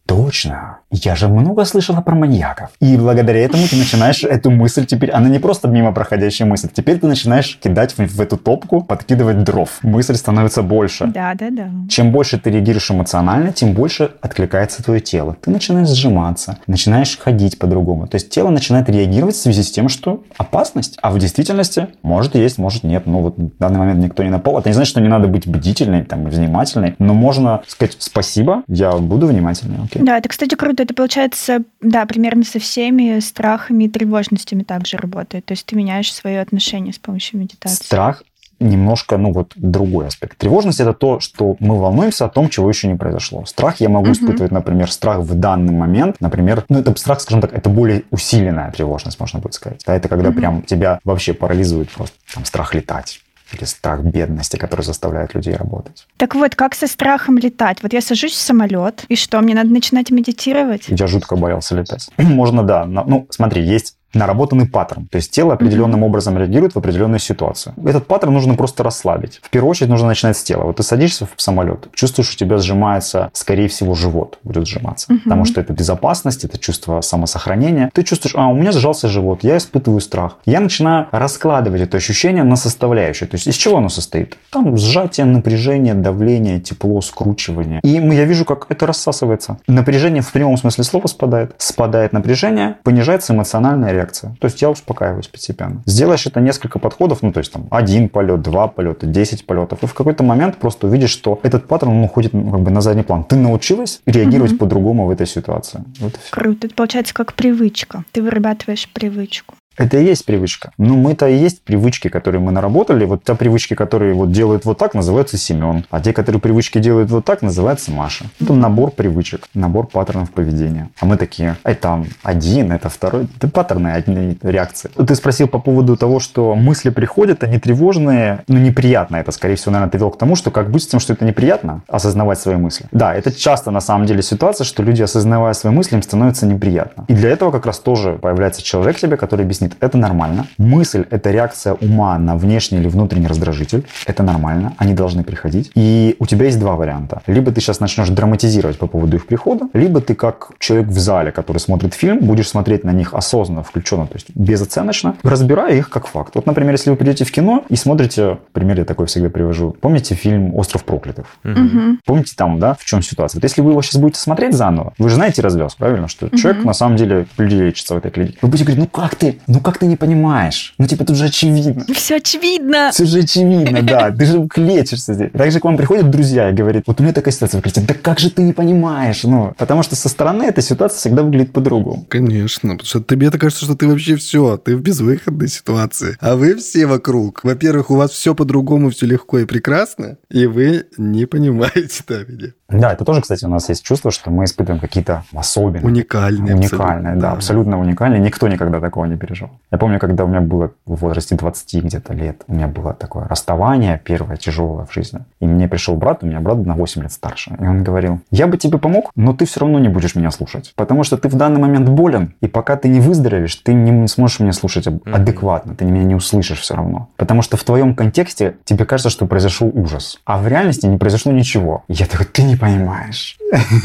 точно, я же много слышала про маньяков. И благодаря этому ты начинаешь эту мысль теперь, она не просто мимо проходящая мысль, теперь ты начинаешь кидать в, в эту топку, подкидывать дров. Мысль становится больше. Да, да, да. Чем больше ты реагируешь эмоционально, тем больше откликается твое тело. Ты начинаешь сжиматься, начинаешь ходить по-другому. То есть тело начинает реагировать в связи с тем, что опасность. А в действительности может есть, может нет. Ну вот в данный момент никто не напал. Это не значит, что не надо быть бдительной, там, внимательной, но можно сказать спасибо, я буду внимательной. Окей. Да, это, кстати, круто. Это получается, да, примерно со всеми страхами и тревожностями также работает. То есть ты меняешь свое отношение с помощью медитации. Страх немножко, ну вот, другой аспект. Тревожность – это то, что мы волнуемся о том, чего еще не произошло. Страх я могу uh-huh. испытывать, например, страх в данный момент. Например, ну это страх, скажем так, это более усиленная тревожность, можно будет сказать. Да, это когда uh-huh. прям тебя вообще парализует просто там, страх летать. Или страх бедности, который заставляет людей работать. Так вот, как со страхом летать? Вот я сажусь в самолет, и что, мне надо начинать медитировать? Я жутко боялся летать. Можно, да. Ну, смотри, есть наработанный паттерн. То есть тело определенным mm-hmm. образом реагирует в определенную ситуацию. Этот паттерн нужно просто расслабить. В первую очередь нужно начинать с тела. Вот ты садишься в самолет, чувствуешь, у тебя сжимается, скорее всего, живот будет сжиматься. Mm-hmm. Потому что это безопасность, это чувство самосохранения. Ты чувствуешь, а, у меня сжался живот, я испытываю страх. Я начинаю раскладывать это ощущение на составляющие. То есть из чего оно состоит? Там сжатие, напряжение, давление, тепло, скручивание. И я вижу, как это рассасывается. Напряжение в прямом смысле слова спадает. Спадает напряжение, понижается эмоциональная реакция. То есть я успокаиваюсь постепенно. Сделаешь это несколько подходов, ну то есть там один полет, два полета, десять полетов, и в какой-то момент просто увидишь, что этот паттерн он уходит ну, как бы на задний план. Ты научилась реагировать mm-hmm. по-другому в этой ситуации. Вот круто. Это получается как привычка. Ты вырабатываешь привычку. Это и есть привычка. Ну, мы-то и есть привычки, которые мы наработали. Вот те привычки, которые вот делают вот так, называются Семен. А те, которые привычки делают вот так, называются Маша. Это набор привычек, набор паттернов поведения. А мы такие, это один, это второй. Это паттерны, одни реакции. Ты спросил по поводу того, что мысли приходят, они тревожные, но неприятно. Это, скорее всего, наверное, ты вел к тому, что как быть с тем, что это неприятно, осознавать свои мысли. Да, это часто на самом деле ситуация, что люди, осознавая свои мысли, им становится неприятно. И для этого как раз тоже появляется человек тебе, который объяснит, это нормально. Мысль – это реакция ума на внешний или внутренний раздражитель. Это нормально. Они должны приходить. И у тебя есть два варианта. Либо ты сейчас начнешь драматизировать по поводу их прихода, либо ты как человек в зале, который смотрит фильм, будешь смотреть на них осознанно, включенно, то есть безоценочно, разбирая их как факт. Вот, например, если вы придете в кино и смотрите, пример я такой всегда привожу, помните фильм «Остров проклятых»? Угу. Помните там, да, в чем ситуация? Вот если вы его сейчас будете смотреть заново, вы же знаете развязку, правильно? Что угу. человек на самом деле лечится в этой клинике. Вы будете говорить, ну как ты? Ну как ты не понимаешь? Ну, типа, тут же очевидно. Все очевидно. Все же очевидно, да. Ты же лечишься здесь. Также к вам приходят друзья и говорят, вот у меня такая ситуация. Вы говорите, да как же ты не понимаешь? Ну, потому что со стороны эта ситуация всегда выглядит по-другому. Конечно, потому что тебе-то кажется, что ты вообще все, ты в безвыходной ситуации. А вы все вокруг. Во-первых, у вас все по-другому, все легко и прекрасно, и вы не понимаете, да, меня. Да, это тоже, кстати, у нас есть чувство, что мы испытываем какие-то особенные. Уникальные. Уникальные, да, да, абсолютно уникальные. Никто никогда такого не пережил. Я помню, когда у меня было в возрасте двадцати где-то лет, у меня было такое расставание первое, тяжелое в жизни. И мне пришел брат, у меня брат на восемь лет старше. И он говорил, я бы тебе помог, но ты все равно не будешь меня слушать. Потому что ты в данный момент болен, и пока ты не выздоровеешь, ты не сможешь меня слушать адекватно, ты меня не услышишь все равно. Потому что в твоем контексте тебе кажется, что произошел ужас. А в реальности не произошло ничего. И я такой, ты не понимаешь.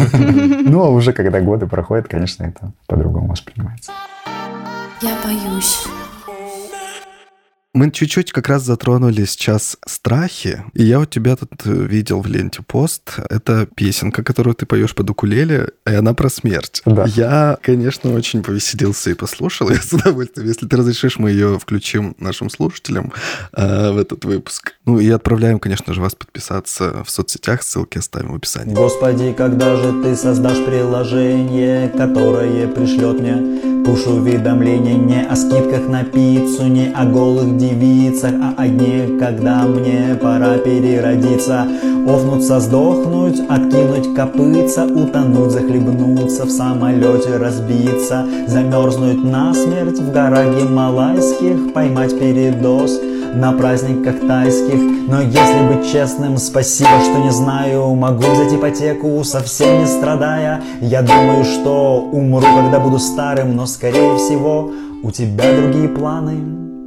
Ну, а уже когда годы проходят, конечно, это по-другому воспринимается. Я боюсь. Мы чуть-чуть как раз затронули сейчас страхи, и я у тебя тут видел в ленте пост. Это песенка, которую ты поешь под укулеле, и она про смерть. Да. Я, конечно, очень повеселился и послушал. Я с удовольствием, если ты разрешишь, мы ее включим нашим слушателям э, в этот выпуск. Ну и отправляем, конечно же, вас подписаться в соцсетях, ссылки оставим в описании. Господи, когда же ты создашь приложение, которое пришлет мне пуш-уведомления не о скидках на пиццу, не о голых девицах, а о дне, когда мне пора переродиться, офнуться, сдохнуть, откинуть копытца, утонуть, захлебнуться, в самолете разбиться, замерзнуть насмерть в горах гималайских, поймать передоз на праздниках тайских. Но если быть честным, спасибо, что не знаю, могу взять ипотеку, совсем не страдая. Я думаю, что умру, когда буду старым, но скорее всего у тебя другие планы.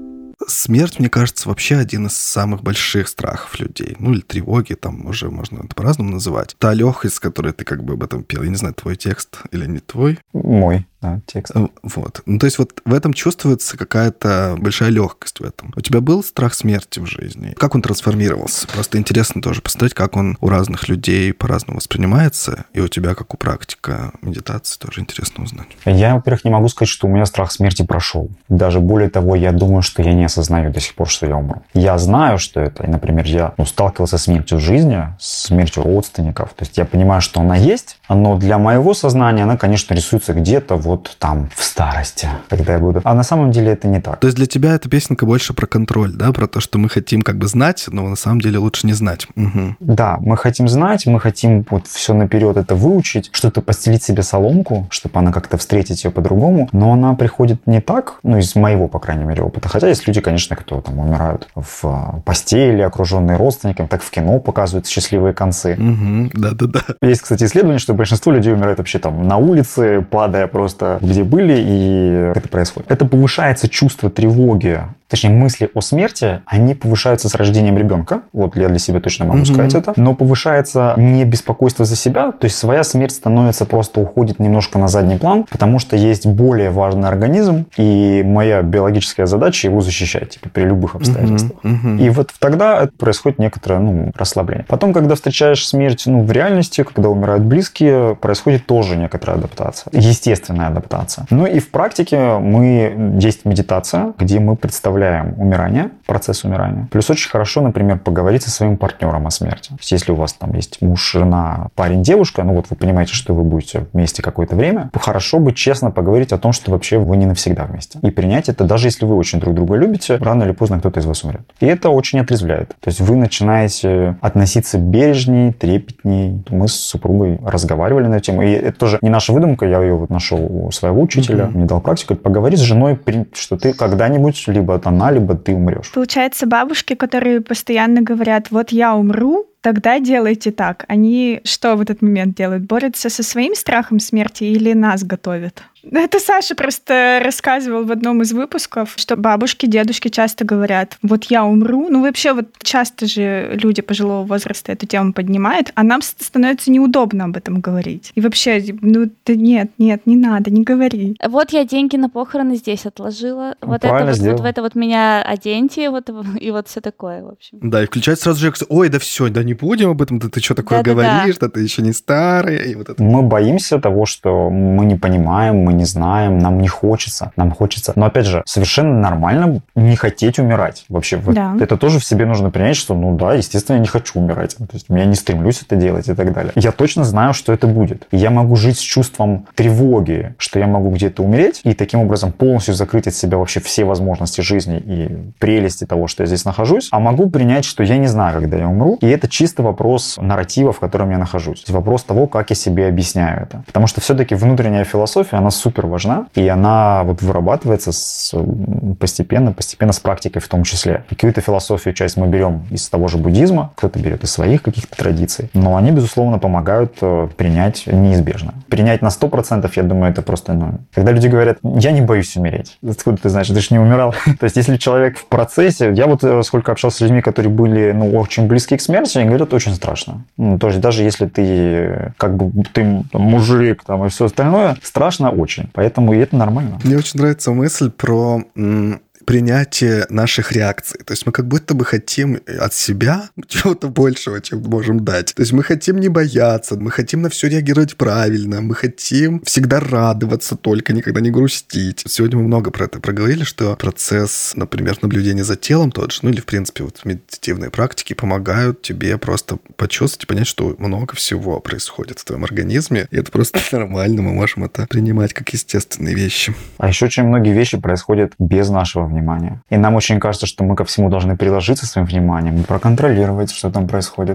Смерть, мне кажется, вообще один из самых больших страхов людей. Ну, или тревоги, там уже можно это по-разному называть. Та легкость, с которой ты как бы об этом пел. Я не знаю, твой текст или не твой? Мой, да, текст. Вот. Ну, то есть вот в этом чувствуется какая-то большая легкость в этом. У тебя был страх смерти в жизни? Как он трансформировался? Просто интересно тоже посмотреть, как он у разных людей по-разному воспринимается. И у тебя, как у практика медитации, тоже интересно узнать. Я, во-первых, не могу сказать, что у меня страх смерти прошел. Даже более того, я думаю, что я не осознаю до сих пор, что я умру. Я знаю, что это. И, например, я ну, сталкивался с смертью в жизни, с смертью родственников. То есть я понимаю, что она есть, но для моего сознания она, конечно, рисуется где-то вот там, в старости, когда я буду. А на самом деле это не так. То есть для тебя эта песенка больше про контроль, да? Про то, что мы хотим как бы знать, но на самом деле лучше не знать. Угу. Да, мы хотим знать, мы хотим вот все наперед это выучить, что-то постелить себе соломку, чтобы она как-то встретить ее по-другому, но она приходит не так, ну, из моего, по крайней мере, опыта. Хотя есть люди, конечно, кто там умирают в постели, окруженные родственниками, так в кино показывают счастливые концы. Угу. Да-да-да. Есть, кстати, исследование, что большинство людей умирают вообще там на улице, падая просто где были, и это происходит. Это повышается чувство тревоги, точнее, мысли о смерти, они повышаются с рождением ребенка. Вот я для себя точно могу mm-hmm. сказать это. Но повышается не беспокойство за себя, то есть своя смерть становится просто уходит немножко на задний план, потому что есть более важный организм, и моя биологическая задача его защищать типа, при любых обстоятельствах. Mm-hmm. Mm-hmm. И вот тогда это происходит некоторое ну, расслабление. Потом, когда встречаешь смерть ну, в реальности, когда умирают близкие, происходит тоже некоторая адаптация. Естественная адаптация. Ну и в практике мы есть медитация, где мы представляем умирание, процесс умирания. Плюс очень хорошо, например, поговорить со своим партнером о смерти. То есть, если у вас там есть муж, жена, парень, девушка, ну вот вы понимаете, что вы будете вместе какое-то время, хорошо бы честно поговорить о том, что вообще вы не навсегда вместе. И принять это, даже если вы очень друг друга любите, рано или поздно кто-то из вас умрет. И это очень отрезвляет. То есть вы начинаете относиться бережней, трепетней. Мы с супругой разговаривали на эту тему. И это тоже не наша выдумка, я ее вот нашел у своего учителя, mm-hmm. мне дал практику. Поговори с женой, что ты когда-нибудь либо она, либо ты умрешь. Получается, бабушки, которые постоянно говорят, вот я умру, тогда делайте так. Они что в этот момент делают? Борются со своим страхом смерти или нас готовят? Это Саша просто рассказывал в одном из выпусков, что бабушки, дедушки часто говорят, вот я умру. Ну, вообще, вот часто же люди пожилого возраста эту тему поднимают, а нам становится неудобно об этом говорить. И вообще, ну, да нет, нет, не надо, не говори. Вот я деньги на похороны здесь отложила. Ну, вот это вот, вот в это вот меня оденьте, вот, и вот все такое, в общем. Да, и включается сразу же, ой, да все, да не будем об этом, да ты что такое да, говоришь, да, да ты еще не старый. И вот это. Мы боимся того, что мы не понимаем, мы не знаем, нам не хочется, нам хочется. Но опять же, совершенно нормально не хотеть умирать. Вообще, да. это тоже в себе нужно принять, что, ну да, естественно, я не хочу умирать. То есть я не стремлюсь это делать и так далее. Я точно знаю, что это будет. Я могу жить с чувством тревоги, что я могу где-то умереть, и таким образом полностью закрыть от себя вообще все возможности жизни и прелести того, что я здесь нахожусь. А могу принять, что я не знаю, когда я умру. И это чисто вопрос нарратива, в котором я нахожусь. Вопрос того, как я себе объясняю это. Потому что все-таки внутренняя философия, она супер важна, и она вот вырабатывается с, постепенно, постепенно с практикой в том числе. И какую-то философию, часть мы берем из того же буддизма, кто-то берет из своих каких-то традиций, но они, безусловно, помогают принять неизбежно. Принять на сто процентов, я думаю, это просто, ну, когда люди говорят, я не боюсь умереть. Откуда ты знаешь, ты же не умирал. То есть, если человек в процессе, я вот сколько общался с людьми, которые были, ну, очень близки к смерти, они говорят, очень страшно. Ну, то есть, даже если ты, как бы, ты мужик, там, и все остальное, страшно очень. Поэтому и это нормально. Мне очень нравится мысль про м- принятие наших реакций. То есть мы как будто бы хотим от себя чего-то большего, чем можем дать. То есть мы хотим не бояться, мы хотим на все реагировать правильно, мы хотим всегда радоваться только, никогда не грустить. Сегодня мы много про это проговорили, что процесс, например, наблюдения за телом тот же, ну или, в принципе, вот медитативные практики помогают тебе просто почувствовать и понять, что много всего происходит в твоем организме, и это просто нормально, мы можем это принимать как естественные вещи. А еще очень многие вещи происходят без нашего внимания. И нам очень кажется, что мы ко всему должны приложиться своим вниманием и проконтролировать, что там происходит.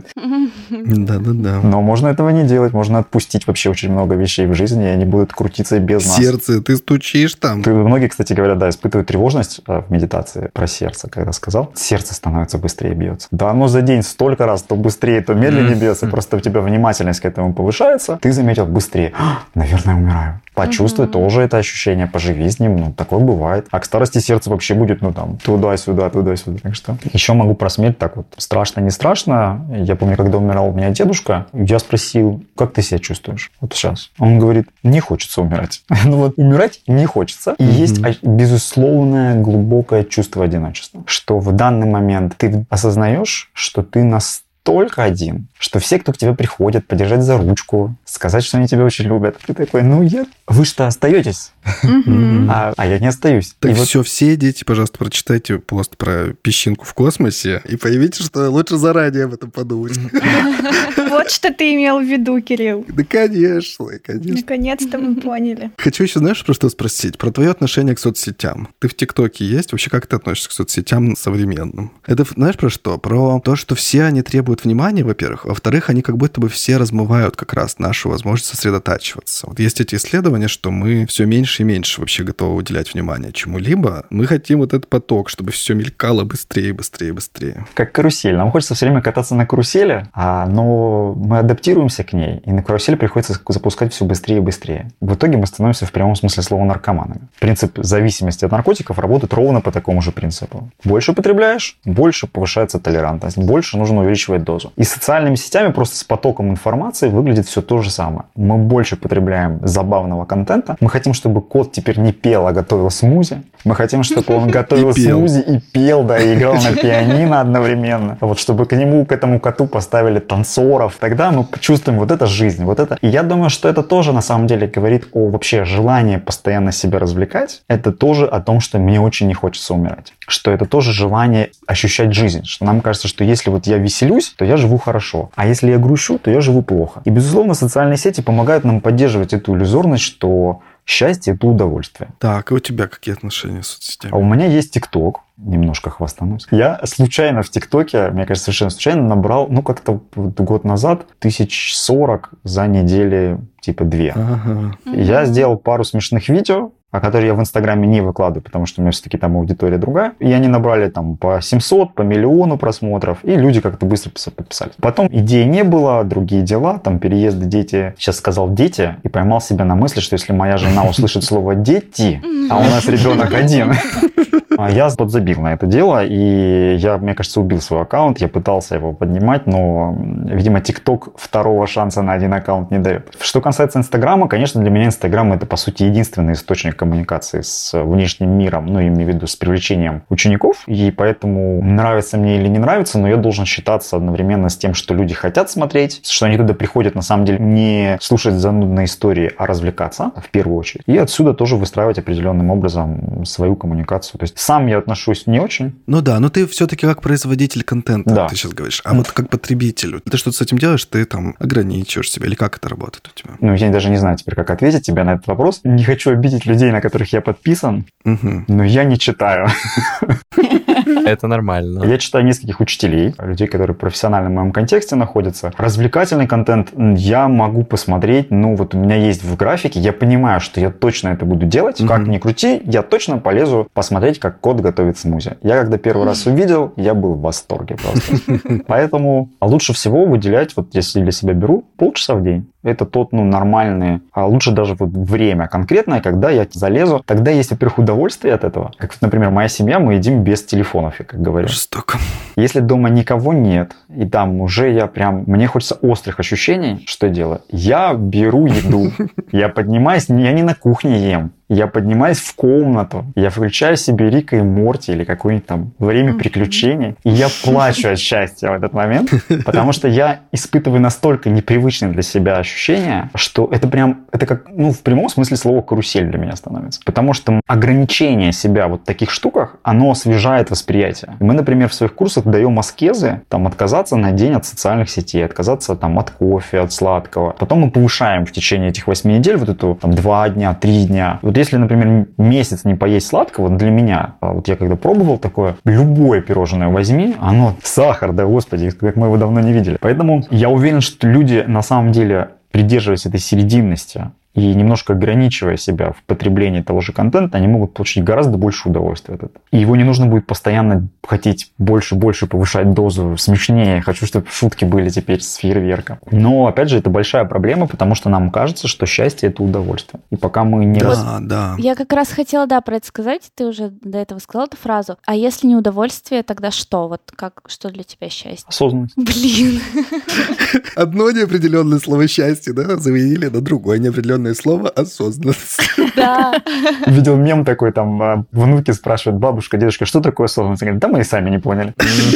Да-да-да. Но можно этого не делать, можно отпустить вообще очень много вещей в жизни, и они будут крутиться без нас. Сердце, ты стучишь там. Многие, кстати говорят, да, испытывают тревожность в медитации про сердце, когда сказал. Сердце становится быстрее бьется. Да оно за день столько раз то быстрее, то медленнее бьется, просто у тебя внимательность к этому повышается, ты заметил быстрее. Наверное, умираю. Почувствуй тоже это ощущение, поживи с ним, ну, такое бывает. А к старости сердце вообще вообще будет, ну, там, туда-сюда, туда-сюда. Так что еще могу про смерть так вот. Страшно, не страшно. Я помню, когда умирал у меня дедушка, я спросил, как ты себя чувствуешь вот сейчас? Он говорит, не хочется умирать. Ну вот, умирать не хочется. И есть безусловное глубокое чувство одиночества, что в данный момент ты осознаешь, что ты настолько только один, что все, кто к тебе приходят, подержать за ручку, сказать, что они тебя очень любят. Ты такой, ну, я... Вы что, остаетесь? а, а я не остаюсь. Так и все, вот... все дети, пожалуйста, прочитайте пост про песчинку в космосе и поймите, что лучше заранее об этом подумать. Вот что ты имел в виду, Кирилл. Да, конечно, конечно. Наконец-то мы поняли. Хочу еще, знаешь, про что спросить? Про твое отношение к соцсетям. Ты в ТикТоке есть? Вообще, как ты относишься к соцсетям современным? Это, знаешь, про что? Про то, что все они требуют внимания, во-первых. Во-вторых, они как будто бы все размывают как раз нашу возможность сосредотачиваться. Вот есть эти исследования, что мы все меньше и меньше вообще готовы уделять внимание чему-либо. Мы хотим вот этот поток, чтобы все мелькало быстрее, быстрее, быстрее. Как карусель. Нам хочется все время кататься на карусели, а, но мы адаптируемся к ней, и на карусели приходится запускать все быстрее и быстрее. В итоге мы становимся в прямом смысле слова наркоманами. Принцип зависимости от наркотиков работает ровно по такому же принципу. Больше употребляешь, больше повышается толерантность, больше нужно увеличивать дозу. И с социальными сетями просто с потоком информации выглядит все то же самое. Мы больше потребляем забавного контента. Мы хотим, чтобы кот теперь не пел, а готовил смузи. Мы хотим, чтобы он готовил смузи и пел, да, и играл на пианино одновременно. Вот чтобы к нему, к этому коту поставили танцоров. Тогда мы чувствуем вот это жизнь, вот это. И я думаю, что это тоже на самом деле говорит о вообще желании постоянно себя развлекать. Это тоже о том, что мне очень не хочется умирать. Что это тоже желание ощущать жизнь. Что нам кажется, что если вот я веселюсь, то я живу хорошо. А если я грущу, то я живу плохо. И, безусловно, социальные сети помогают нам поддерживать эту иллюзорность, что счастье – это удовольствие. Так, и у тебя какие отношения с соцсетями? А у меня есть ТикТок. Немножко хвастанусь. Я случайно в ТикТоке, мне кажется, совершенно случайно набрал, ну, как-то год назад, тысяч сорок за недели, типа, две. Ага. Я сделал пару смешных видео, о которых я в Инстаграме не выкладываю, потому что у меня все-таки там аудитория другая. И они набрали там по семьсот, по миллиону просмотров, и люди как-то быстро подписались. Потом идей не было, другие дела, там переезды, дети. Сейчас сказал «дети» и поймал себя на мысли, что если моя жена услышит слово «дети», а у нас ребенок один, я подзабил на это дело, и я, мне кажется, убил свой аккаунт, я пытался его поднимать, но, видимо, ТикТок второго шанса на один аккаунт не дает. Что касается Инстаграма, конечно, для меня Инстаграм — это, по сути, единственный источник коммуникации с внешним миром, ну, имею в виду с привлечением учеников, и поэтому нравится мне или не нравится, но я должен считаться одновременно с тем, что люди хотят смотреть, что они туда приходят, на самом деле, не слушать занудные истории, а развлекаться, в первую очередь, и отсюда тоже выстраивать определенным образом свою коммуникацию. То есть сам я отношусь не очень. Ну да, но ты все-таки как производитель контента, да. Ты сейчас говоришь, а вот как потребитель, ты что-то с этим делаешь, ты там ограничиваешь себя, или как это работает у тебя? Ну, я даже не знаю теперь, как ответить тебе на этот вопрос. Не хочу обидеть людей, на которых я подписан, угу. но я не читаю. Это нормально. Я читаю нескольких учителей, людей, которые профессионально в моем контексте находятся. Развлекательный контент я могу посмотреть, ну вот у меня есть в графике, я понимаю, что я точно это буду делать. Угу. Как ни крути, я точно полезу посмотреть, как кот готовит смузи. Я когда первый раз увидел, я был в восторге просто. Поэтому лучше всего выделять, вот если для себя беру, полчаса в день. Это тот, ну, нормальный, а лучше даже вот время конкретное, когда я залезу. Тогда есть, во-первых, удовольствие от этого. Как, например, моя семья, мы едим без телефонов, я как говорю. Жестоко. Если дома никого нет, и там уже я прям... Мне хочется острых ощущений, что я делаю? Я беру еду, я поднимаюсь, я не на кухне ем. Я поднимаюсь в комнату, я включаю себе Рика и Морти или какое-нибудь там время приключений, и я плачу от счастья в этот момент, потому что я испытываю настолько непривычные для себя ощущения, что это прям, это как, ну, в прямом смысле слова карусель для меня становится. Потому что ограничение себя вот в таких штуках, оно освежает восприятие. Мы, например, в своих курсах даем аскезы, там, отказаться на день от социальных сетей, отказаться там от кофе, от сладкого. Потом мы повышаем в течение этих восьми недель вот эту там два дня, три дня. Вот если, например, месяц не поесть сладкого, для меня, вот я когда пробовал такое, любое пирожное возьми, оно сахар, да господи, как мы его давно не видели. Поэтому я уверен, что люди на самом деле, придерживаясь этой серединности И немножко ограничивая себя в потреблении того же контента, они могут получить гораздо больше удовольствия от этого. И его не нужно будет постоянно хотеть больше-больше повышать дозу, смешнее. Хочу, чтобы шутки были теперь с фейерверка. Но, опять же, это большая проблема, потому что нам кажется, что счастье – это удовольствие. И пока мы не... Да, раз... да. Я как раз хотела, да, про это сказать. Ты уже до этого сказала эту фразу. А если не удовольствие, тогда что? Вот как, что для тебя счастье? Осознанность. Блин. Одно неопределенное слово «счастье», да, заменили на другое неопределенное слово «осознанность». Да. Видел мем такой, там, внуки спрашивают: бабушка, дедушка, что такое осознанность? Говорят: да мы и сами не поняли.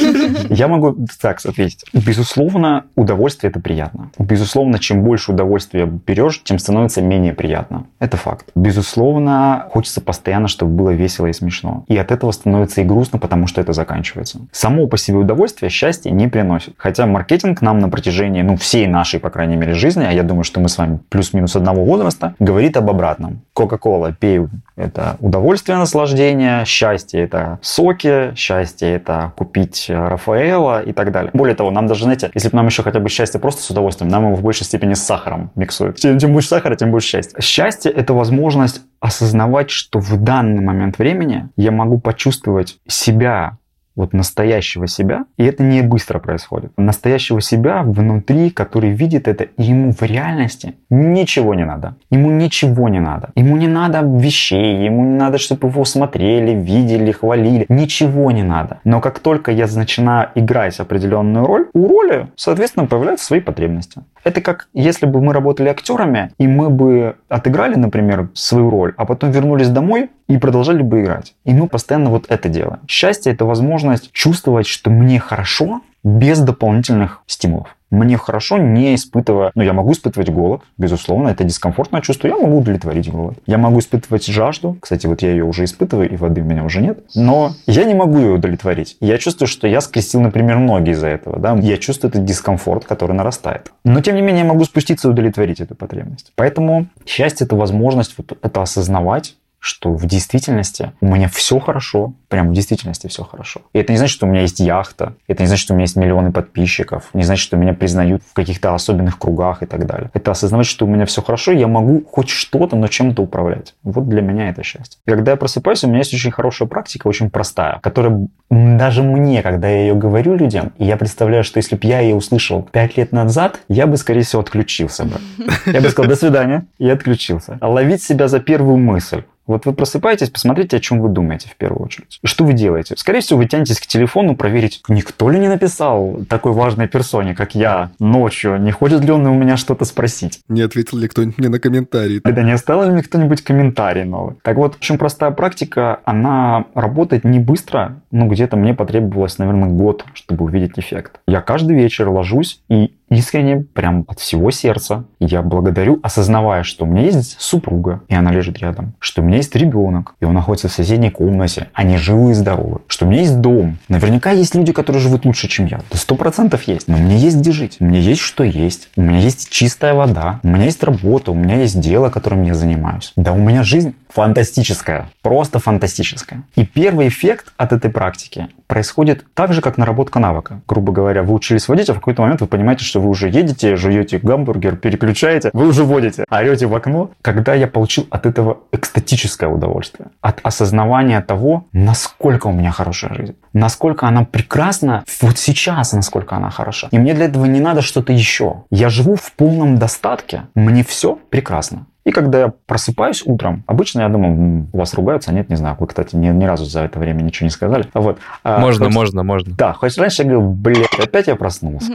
Я могу так ответить. Безусловно, удовольствие – это приятно. Безусловно, чем больше удовольствия берешь, тем становится менее приятно. Это факт. Безусловно, хочется постоянно, чтобы было весело и смешно. И от этого становится и грустно, потому что это заканчивается. Само по себе удовольствие счастья не приносит. Хотя маркетинг нам на протяжении, ну, всей нашей, по крайней мере, жизни, а я думаю, что мы с вами плюс-минус одного возраста, говорит об обратном. Кока-кола, пей – это удовольствие, наслаждение, счастье – это соки, счастье – это купить Рафаэла и так далее. Более того, нам даже, знаете, если бы нам еще хотя бы счастье просто с удовольствием, нам его в большей степени с сахаром миксуют. Чем, чем больше сахара, тем больше счастья. Счастье – это возможность осознавать, что в данный момент времени я могу почувствовать себя, вот настоящего себя, и это не быстро происходит. Настоящего себя внутри, который видит это, и ему в реальности ничего не надо. Ему ничего не надо. Ему не надо вещей, ему не надо, чтобы его смотрели, видели, хвалили. Ничего не надо. Но как только я начинаю играть определенную роль, у роли, соответственно, появляются свои потребности. Это как если бы мы работали актерами, и мы бы отыграли, например, свою роль, а потом вернулись домой и продолжали бы играть. И мы постоянно вот это делаем. Счастье – это возможность чувствовать, что мне хорошо без дополнительных стимулов. Мне хорошо, не испытывая... Ну, я могу испытывать голод, безусловно, это дискомфортное чувство. Я могу удовлетворить голод. Я могу испытывать жажду. Кстати, вот я ее уже испытываю, и воды у меня уже нет. Но я не могу ее удовлетворить. Я чувствую, что я скрестил, например, ноги из-за этого. Да? Я чувствую этот дискомфорт, который нарастает. Но, тем не менее, я могу спуститься и удовлетворить эту потребность. Поэтому счастье – это возможность вот это осознавать, что в действительности у меня все хорошо, прям в действительности все хорошо. И это не значит, что у меня есть яхта, это не значит, что у меня есть миллионы подписчиков, не значит, что меня признают в каких-то особенных кругах и так далее. Это осознавать, что у меня все хорошо, я могу хоть что-то, но чем-то управлять. Вот для меня это счастье. И когда я просыпаюсь, у меня есть очень хорошая практика, очень простая, которая даже мне, когда я ее говорю людям, и я представляю, что если бы я ее услышал пять лет назад, я бы, скорее всего, отключился бы. Я бы сказал: до свидания, и отключился. А ловить себя за первую мысль. Вот вы просыпаетесь, посмотрите, о чем вы думаете в первую очередь. Что вы делаете? Скорее всего, вы тянетесь к телефону проверить, никто ли не написал такой важной персоне, как я, ночью. Не хочет ли он у меня что-то спросить? Не ответил ли кто-нибудь мне на комментарий? Да не оставил ли мне кто-нибудь комментарий новый? Так вот, очень простая практика, она работает не быстро, ну где-то мне потребовалось, наверное, год, чтобы увидеть эффект. Я каждый вечер ложусь и искренне, прям от всего сердца, я благодарю, осознавая, что у меня есть супруга, и она лежит рядом, что у меня есть ребенок, и он находится в соседней комнате, они живы и здоровы, что у меня есть дом. Наверняка есть люди, которые живут лучше, чем я. Да сто процентов есть. Но мне есть где жить, у меня есть что есть, у меня есть чистая вода, у меня есть работа, у меня есть дело, которым я занимаюсь. Да у меня жизнь фантастическая, просто фантастическая. И первый эффект от этой практики происходит так же, как наработка навыка. Грубо говоря, вы учились водить, а в какой-то момент вы понимаете, что вы уже едете, жуете гамбургер, переключаете, вы уже водите, орете в окно. Когда я получил от этого экстатическое удовольствие, от осознавания того, насколько у меня хорошая жизнь, насколько она прекрасна, вот сейчас, насколько она хороша. И мне для этого не надо что-то еще. Я живу в полном достатке, мне все прекрасно. И когда я просыпаюсь утром, обычно я думаю, у вас ругаются, а нет, не знаю. Вы, кстати, ни, ни разу за это время ничего не сказали. Вот. Можно, а, хоть, можно, можно. Да, хоть раньше я говорил, блядь, опять я проснулся.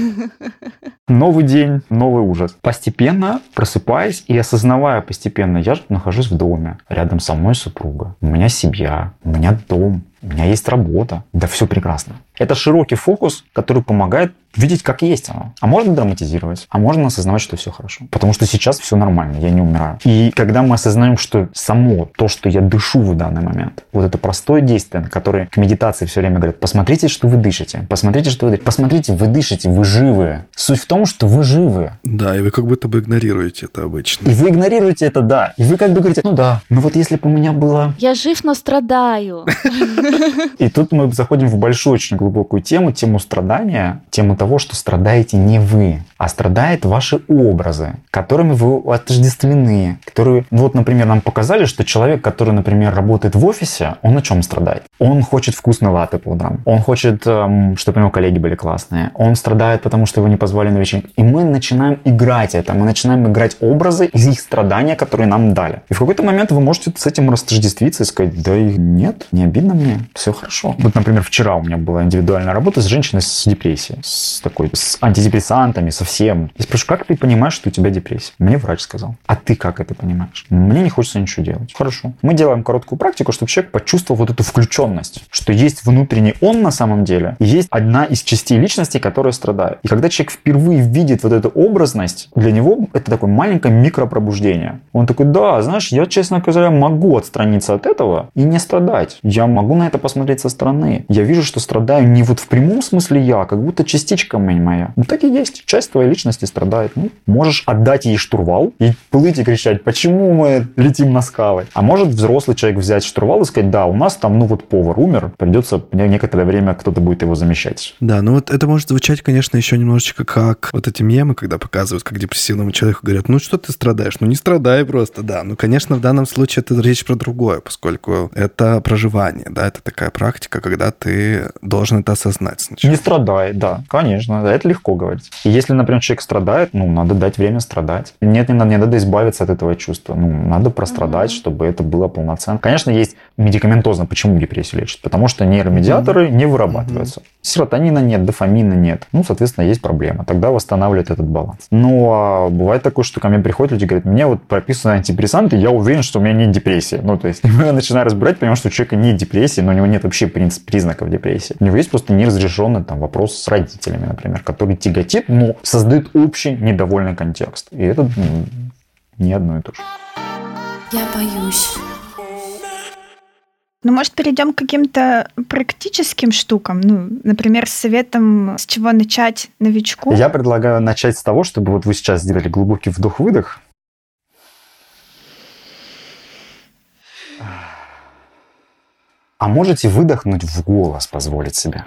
Новый день, новый ужас. Постепенно просыпаясь и осознавая постепенно, я нахожусь в доме, рядом со мной супруга, у меня семья, у меня дом, у меня есть работа. Да все прекрасно. Это широкий фокус, который помогает видеть, как есть оно. А можно драматизировать, а можно осознавать, что все хорошо. Потому что сейчас все нормально, я не умираю. И когда мы осознаем, что само то, что я дышу в данный момент, вот это простое действие, которое к медитации все время говорят, посмотрите, что вы дышите, посмотрите, что вы дышите, посмотрите, вы дышите, вы живы. Суть в том, что вы живы. Да, и вы как будто бы игнорируете это обычно. И вы игнорируете это, да. И вы как бы говорите, ну да, ну вот если бы у меня было... Я жив, но страдаю. И тут мы заходим в большую, очень глубокую тему, тему страдания, тему того, что страдаете не вы. а страдают ваши образы, которыми вы отождествлены, которые, вот, например, нам показали, что человек, который, например, работает в офисе, он на чем страдает? Он хочет вкусной латте по утрам, он хочет, чтобы у него коллеги были классные, он страдает, потому что его не позвали на вечеринку. И мы начинаем играть это, мы начинаем играть образы из их страдания, которые нам дали. И в какой-то момент вы можете с этим растождествиться и сказать, да и нет, не обидно мне, все хорошо. Вот, например, вчера у меня была индивидуальная работа с женщиной с депрессией, с такой, с антидепрессантами, совсем. Я спрашиваю, как ты понимаешь, что у тебя депрессия? Мне врач сказал. А ты как это понимаешь? Мне не хочется ничего делать. Хорошо. Мы делаем короткую практику, чтобы человек почувствовал вот эту включенность, что есть внутренний он на самом деле, и есть одна из частей личности, которая страдает. И когда человек впервые видит вот эту образность, для него это такое маленькое микропробуждение. Он такой, да, знаешь, я, честно говоря, могу отстраниться от этого и не страдать. Я могу на это посмотреть со стороны. Я вижу, что страдаю не вот в прямом смысле я, как будто частичка моя. Ну так и есть. Часть твоей личности страдает. Ну, можешь отдать ей штурвал и плыть и кричать, почему мы летим на скалы. А может взрослый человек взять штурвал и сказать, да, у нас там, ну вот повар умер, придется некоторое время кто-то будет его замещать. Да, ну вот это может звучать, конечно, еще немножечко как вот эти мемы, когда показывают, как депрессивному человеку говорят, ну что ты страдаешь? Ну не страдай просто, да. Ну, конечно, в данном случае это речь про другое, поскольку это проживание, да, это такая практика, когда ты должен это осознать сначала. Не страдай, да, конечно, да, это легко говорить. И если, например, человек страдает, ну, надо дать время страдать. Нет, не надо, не надо избавиться от этого чувства. Ну, надо прострадать, mm-hmm. чтобы это было полноценно. Конечно, есть медикаментозно. Почему депрессию лечат? Потому что нейромедиаторы mm-hmm. не вырабатываются. Mm-hmm. Серотонина нет, дофамина нет. Ну, соответственно, есть проблема. Тогда восстанавливает этот баланс. Ну, а бывает такое, что ко мне приходят люди и говорят, мне вот прописаны антидепрессанты, я уверен, что у меня нет депрессии. Ну, то есть, я начинаю разбирать, понимаю, что у человека нет депрессии, но у него нет вообще признаков депрессии. У него есть просто неразрешенный там вопрос с родителями, например, который тяготит, но создает общий недовольный контекст. И это ну, не одно и то же. Я боюсь. Ну, может, перейдем к каким-то практическим штукам? Ну, например, с советом, с чего начать новичку? Я предлагаю начать с того, чтобы вот вы сейчас сделали глубокий вдох-выдох. А можете выдохнуть в голос, позволить себе?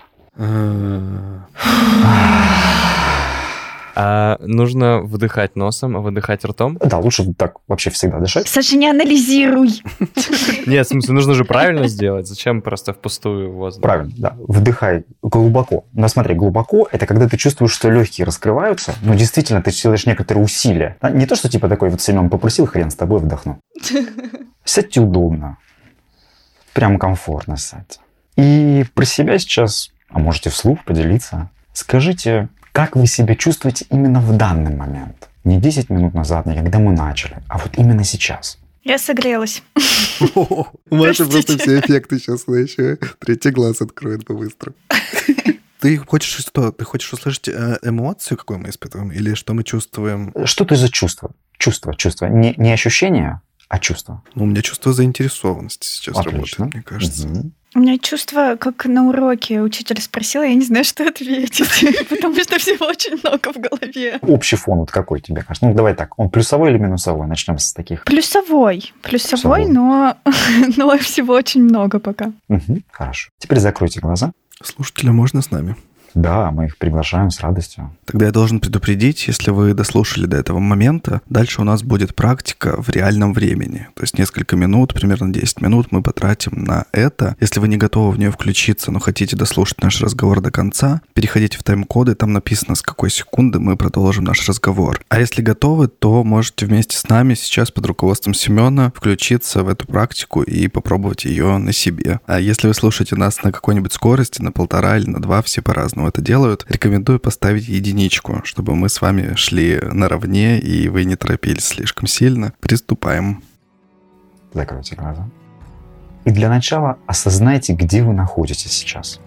А нужно вдыхать носом, а выдыхать ртом? Да, лучше так вообще всегда дышать. Саша, не анализируй. Нет, в смысле, нужно же правильно сделать. Зачем просто впустую воздух? Правильно, да. Вдыхай глубоко. Но смотри, глубоко – это когда ты чувствуешь, что легкие раскрываются, но действительно ты делаешь некоторые усилия. Не то, что типа такой вот Семен попросил, хрен с тобой, вдохну. Сядьте удобно. Прям комфортно сядьте. И про себя сейчас, а можете вслух поделиться, скажите, как вы себя чувствуете именно в данный момент? Не десять минут назад, не когда мы начали, а вот именно сейчас. Я согрелась. У Маши просто все эффекты сейчас, еще третий глаз откроет по-быстрому. Ты хочешь что? Ты хочешь услышать эмоцию, какую мы испытываем, или что мы чувствуем? Что это за чувство? Чувство, чувство. Не, не ощущение, а чувство. Ну, у меня чувство заинтересованности сейчас Отлично. Работает, мне кажется. Угу. У меня чувство, как на уроке учитель спросила, я не знаю, что ответить, потому что всего очень много в голове. Общий фон вот какой тебе кажется? Ну, давай так, он плюсовой или минусовой? Начнем с таких. Плюсовой. Плюсовой, но, но всего очень много пока. Угу, хорошо. Теперь закройте глаза. Слушателя можно с нами? Да, мы их приглашаем с радостью. Тогда я должен предупредить, если вы дослушали до этого момента, дальше у нас будет практика в реальном времени. То есть несколько минут, примерно десять минут мы потратим на это. Если вы не готовы в нее включиться, но хотите дослушать наш разговор до конца, переходите в тайм-коды, там написано, с какой секунды мы продолжим наш разговор. А если готовы, то можете вместе с нами сейчас под руководством Семена включиться в эту практику и попробовать ее на себе. А если вы слушаете нас на какой-нибудь скорости, на полтора или на два, все по-разному это делают, рекомендую поставить единичку, чтобы мы с вами шли наравне и вы не торопились слишком сильно. Приступаем. Закройте глаза. И для начала осознайте, где вы находитесь сейчас.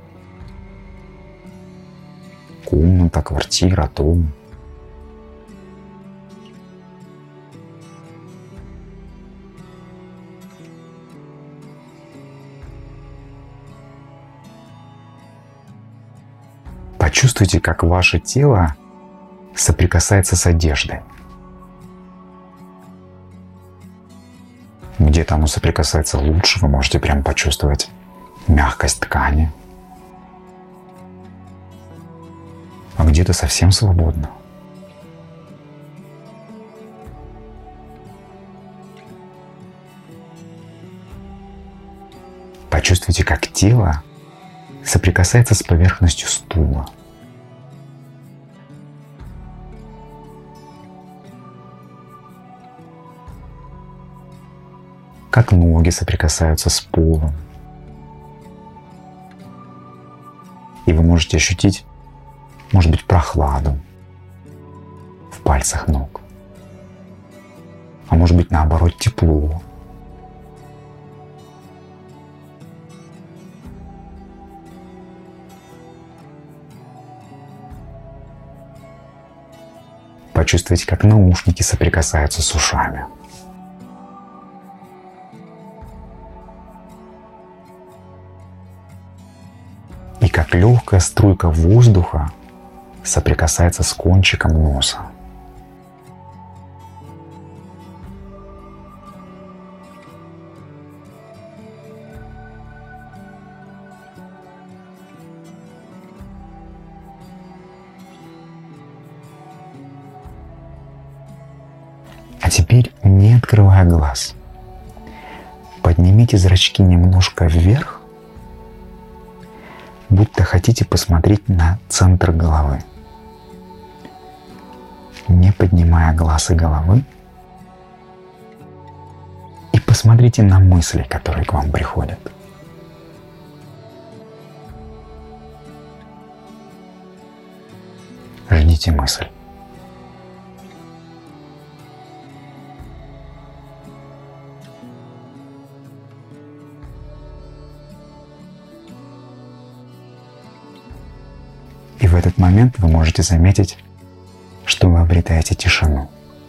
Комната, квартира, дом. Почувствуйте, как ваше тело соприкасается с одеждой. Где-то оно соприкасается лучше, вы можете прям почувствовать мягкость ткани. А где-то совсем свободно. Почувствуйте, как тело соприкасается с поверхностью стула. Как ноги соприкасаются с полом. И вы можете ощутить, может быть, прохладу в пальцах ног. А может быть, наоборот, тепло. Почувствуйте, как наушники соприкасаются с ушами. И как легкая струйка воздуха соприкасается с кончиком носа. А теперь, не открывая глаз, поднимите зрачки немножко вверх, будто хотите посмотреть на центр головы. Не поднимая глаз и головы, и посмотрите на мысли, которые к вам приходят. Ждите мысль. И в этот момент вы можете заметить, что вы обретаете тишину.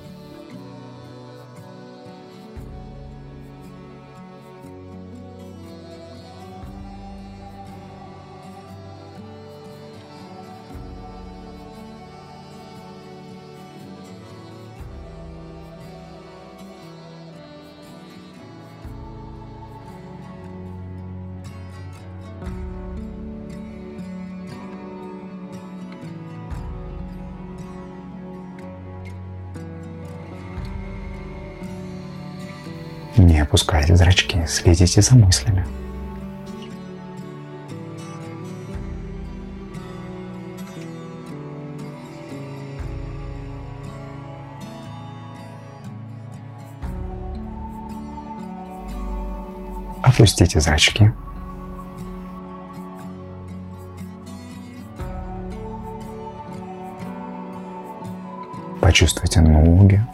Не опускайте зрачки, следите за мыслями. Опустите зрачки. Почувствуйте ноги.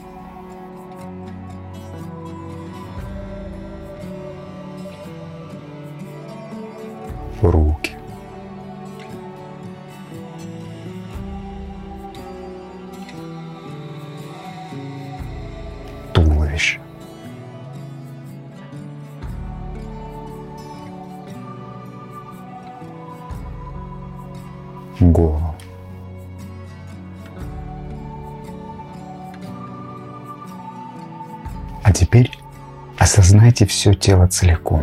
Руки. Туловище. Голову. А теперь осознайте все тело целиком.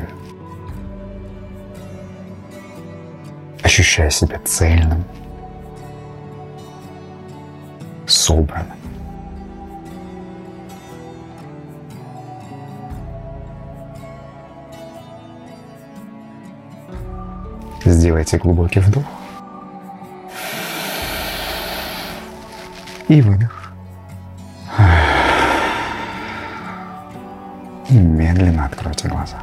Ощущая себя цельным, собранным. Сделайте глубокий вдох и выдох. И медленно откройте глаза.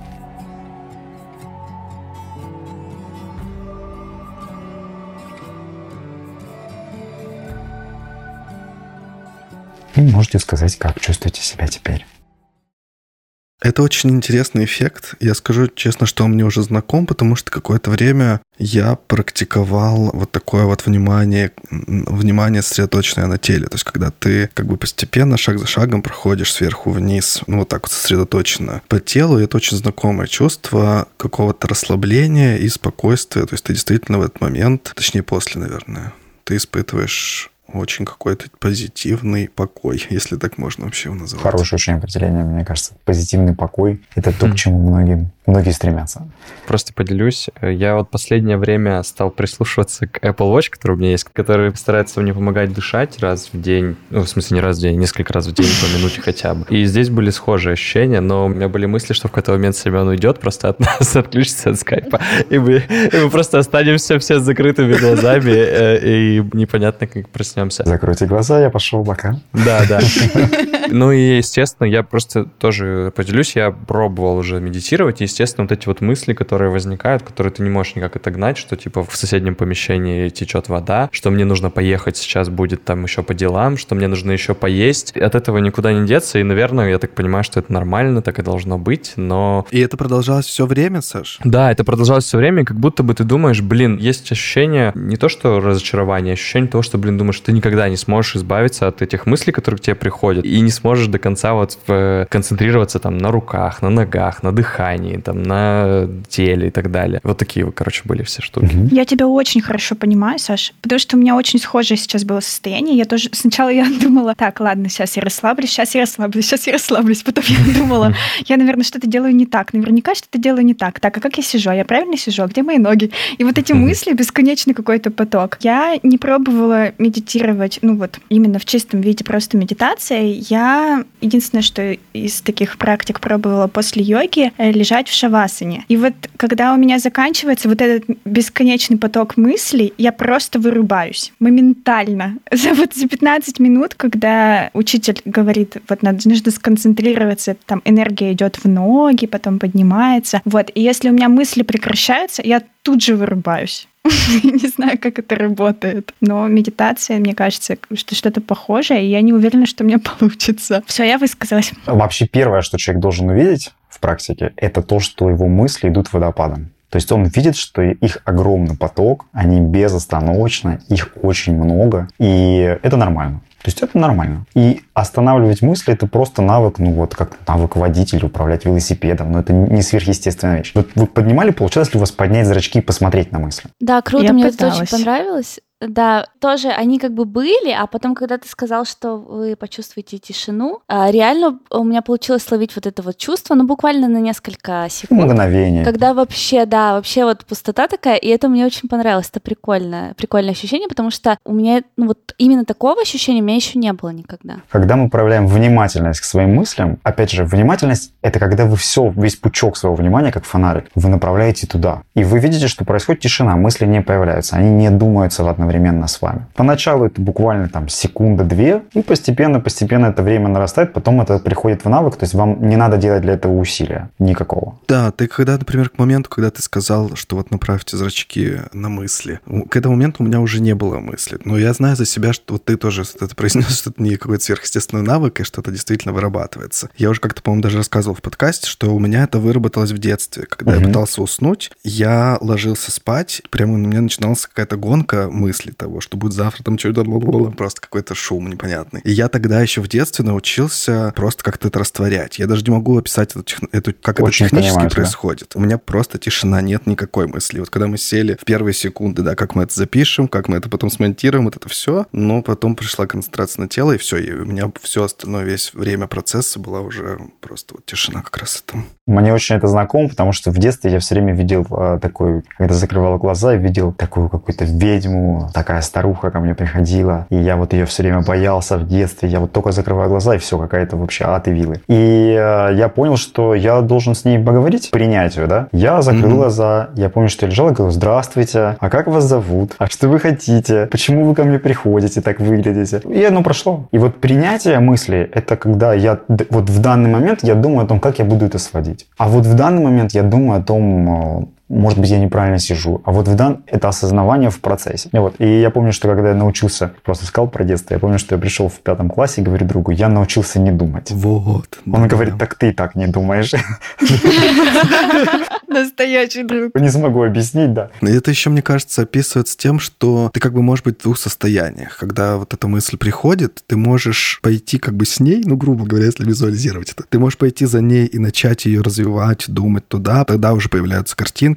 И можете сказать, как чувствуете себя теперь. Это очень интересный эффект. Я скажу честно, что он мне уже знаком, потому что какое-то время я практиковал вот такое вот внимание, внимание сосредоточенное на теле. То есть когда ты как бы постепенно, шаг за шагом проходишь сверху вниз, ну вот так вот сосредоточенно по телу. И это очень знакомое чувство какого-то расслабления и спокойствия. То есть ты действительно в этот момент, точнее после, наверное, ты испытываешь очень какой-то позитивный покой, если так можно вообще его называть. Хорошее очень определение, мне кажется. Позитивный покой — это то, к чему многие, многие стремятся. Просто поделюсь. Я вот последнее время стал прислушиваться к Apple Watch, который у меня есть, который старается мне помогать дышать раз в день. Ну, в смысле, не раз в день, несколько раз в день, по минуте хотя бы. И здесь были схожие ощущения, но у меня были мысли, что в какой-то момент Семен уйдет, просто от нас отключится от скайпа, и мы, и мы просто останемся все с закрытыми глазами, и непонятно, как проснемся. Закройте глаза, я пошел пока. Да, да. Ну и, естественно, я просто тоже поделюсь, я пробовал уже медитировать, и, естественно, вот эти вот мысли, которые возникают, которые ты не можешь никак отогнать, что типа в соседнем помещении течет вода, что мне нужно поехать сейчас будет там еще по делам, что мне нужно еще поесть. От этого никуда не деться, и, наверное, я так понимаю, что это нормально, так и должно быть, но... И это продолжалось все время, Саш? Да, это продолжалось все время, как будто бы ты думаешь, блин, есть ощущение не то что разочарование, а ощущение того, что, блин, думаешь, ты никогда не сможешь избавиться от этих мыслей, которые к тебе приходят, и не сможешь до конца вот в... концентрироваться там на руках, на ногах, на дыхании, там, на теле и так далее. Вот такие, короче, были все штуки. Mm-hmm. Я тебя очень хорошо понимаю, Саш, потому что у меня очень схожее сейчас было состояние. Я тоже сначала я думала, так, ладно, сейчас я расслаблюсь, сейчас я расслаблюсь, сейчас я расслаблюсь. Потом я думала, я, наверное, что-то делаю не так. Наверняка что-то делаю не так. Так, а как я сижу? А я правильно сижу? А где мои ноги? И вот эти мысли, бесконечный какой-то поток. Я не пробовала медитировать, ну вот, именно в чистом виде, просто медитация. Я единственное, что из таких практик пробовала после йоги, лежать в шавасане. И вот когда у меня заканчивается вот этот бесконечный поток мыслей, я просто вырубаюсь моментально. За вот за пятнадцать минут, когда учитель говорит, вот надо, нужно сконцентрироваться, там энергия идет в ноги, потом поднимается. Вот. И если у меня мысли прекращаются, я тут же вырубаюсь. Не знаю, как это работает. Но медитация, мне кажется, что что-то похожее, и я не уверена, что у меня получится. Все, я высказалась. Вообще первое, что человек должен увидеть в практике, это то, что его мысли идут водопадом. То есть он видит, что их огромный поток, они безостановочно, их очень много, и это нормально. То есть это нормально. И останавливать мысли — это просто навык, ну вот как навык водителя, управлять велосипедом, но это не сверхъестественная вещь. Вот вы поднимали, получалось ли у вас поднять зрачки и посмотреть на мысли? Да, круто, Я мне пыталась. это очень понравилось. Да, тоже они как бы были, а потом, когда ты сказал, что вы почувствуете тишину, реально у меня получилось словить вот это вот чувство, ну, буквально на несколько секунд. Мгновение. Когда вообще, да, вообще вот пустота такая, и это мне очень понравилось, это прикольно, прикольное ощущение, потому что у меня, ну, вот именно такого ощущения у меня еще не было никогда. Когда мы проявляем внимательность к своим мыслям, опять же, внимательность — это когда вы все, весь пучок своего внимания, как фонарик, вы направляете туда. И вы видите, что происходит тишина, мысли не появляются, они не думаются в одно время с вами. Поначалу это буквально там секунда-две, и постепенно-постепенно это время нарастает, потом это приходит в навык, то есть вам не надо делать для этого усилия никакого. Да, ты когда, например, к моменту, когда ты сказал, что вот направьте зрачки на мысли, к этому моменту у меня уже не было мысли, но я знаю за себя, что вот ты тоже это произнес, что это не какой-то сверхъестественный навык, и что это действительно вырабатывается. Я уже как-то, по-моему, даже рассказывал в подкасте, что у меня это выработалось в детстве. Когда угу. я пытался уснуть, я ложился спать, прямо у меня начиналась какая-то гонка мыслей того, что будет завтра, там что-то просто какой-то шум непонятный. И я тогда еще в детстве научился просто как-то это растворять. Я даже не могу описать эту, эту, как Очень это технически понимаю, происходит. Да. У меня просто тишина, нет никакой мысли. Вот когда мы сели в первые секунды, да, как мы это запишем, как мы это потом смонтируем, вот это все, но потом пришла концентрация на тело, и все, и у меня все остальное, весь время процесса была уже просто вот тишина как раз это. Мне очень это знакомо, потому что в детстве я все время видел а, такой, когда закрывал глаза, видел такую какую-то ведьму, такая старуха ко мне приходила, и я вот ее все время боялся в детстве. Я вот только закрываю глаза, и все, какая-то вообще ад и вилы. И э, я понял, что я должен с ней поговорить, принять ее, да. Я закрыл mm-hmm. глаза, я помню, что я лежал и говорю: здравствуйте, а как вас зовут? А что вы хотите? Почему вы ко мне приходите, так выглядите? И оно прошло. И вот принятие мысли, это когда я вот в данный момент я думаю о том, как я буду это сводить. А вот в данный момент я думаю о том, может быть, я неправильно сижу. А вот в дан... это осознавание в процессе. И, вот. и я помню, что когда я научился, просто сказал про детство, я помню, что я пришел в пятом классе и говорю другу: я научился не думать. Вот. Он да, говорит: так ты и так не думаешь. Настоящий друг. Не смогу объяснить, да. Это еще, мне кажется, описывается тем, что ты как бы можешь быть в двух состояниях. Когда вот эта мысль приходит, ты можешь пойти как бы с ней, ну, грубо говоря, если визуализировать это, ты можешь пойти за ней и начать ее развивать, думать туда, тогда уже появляются картинки,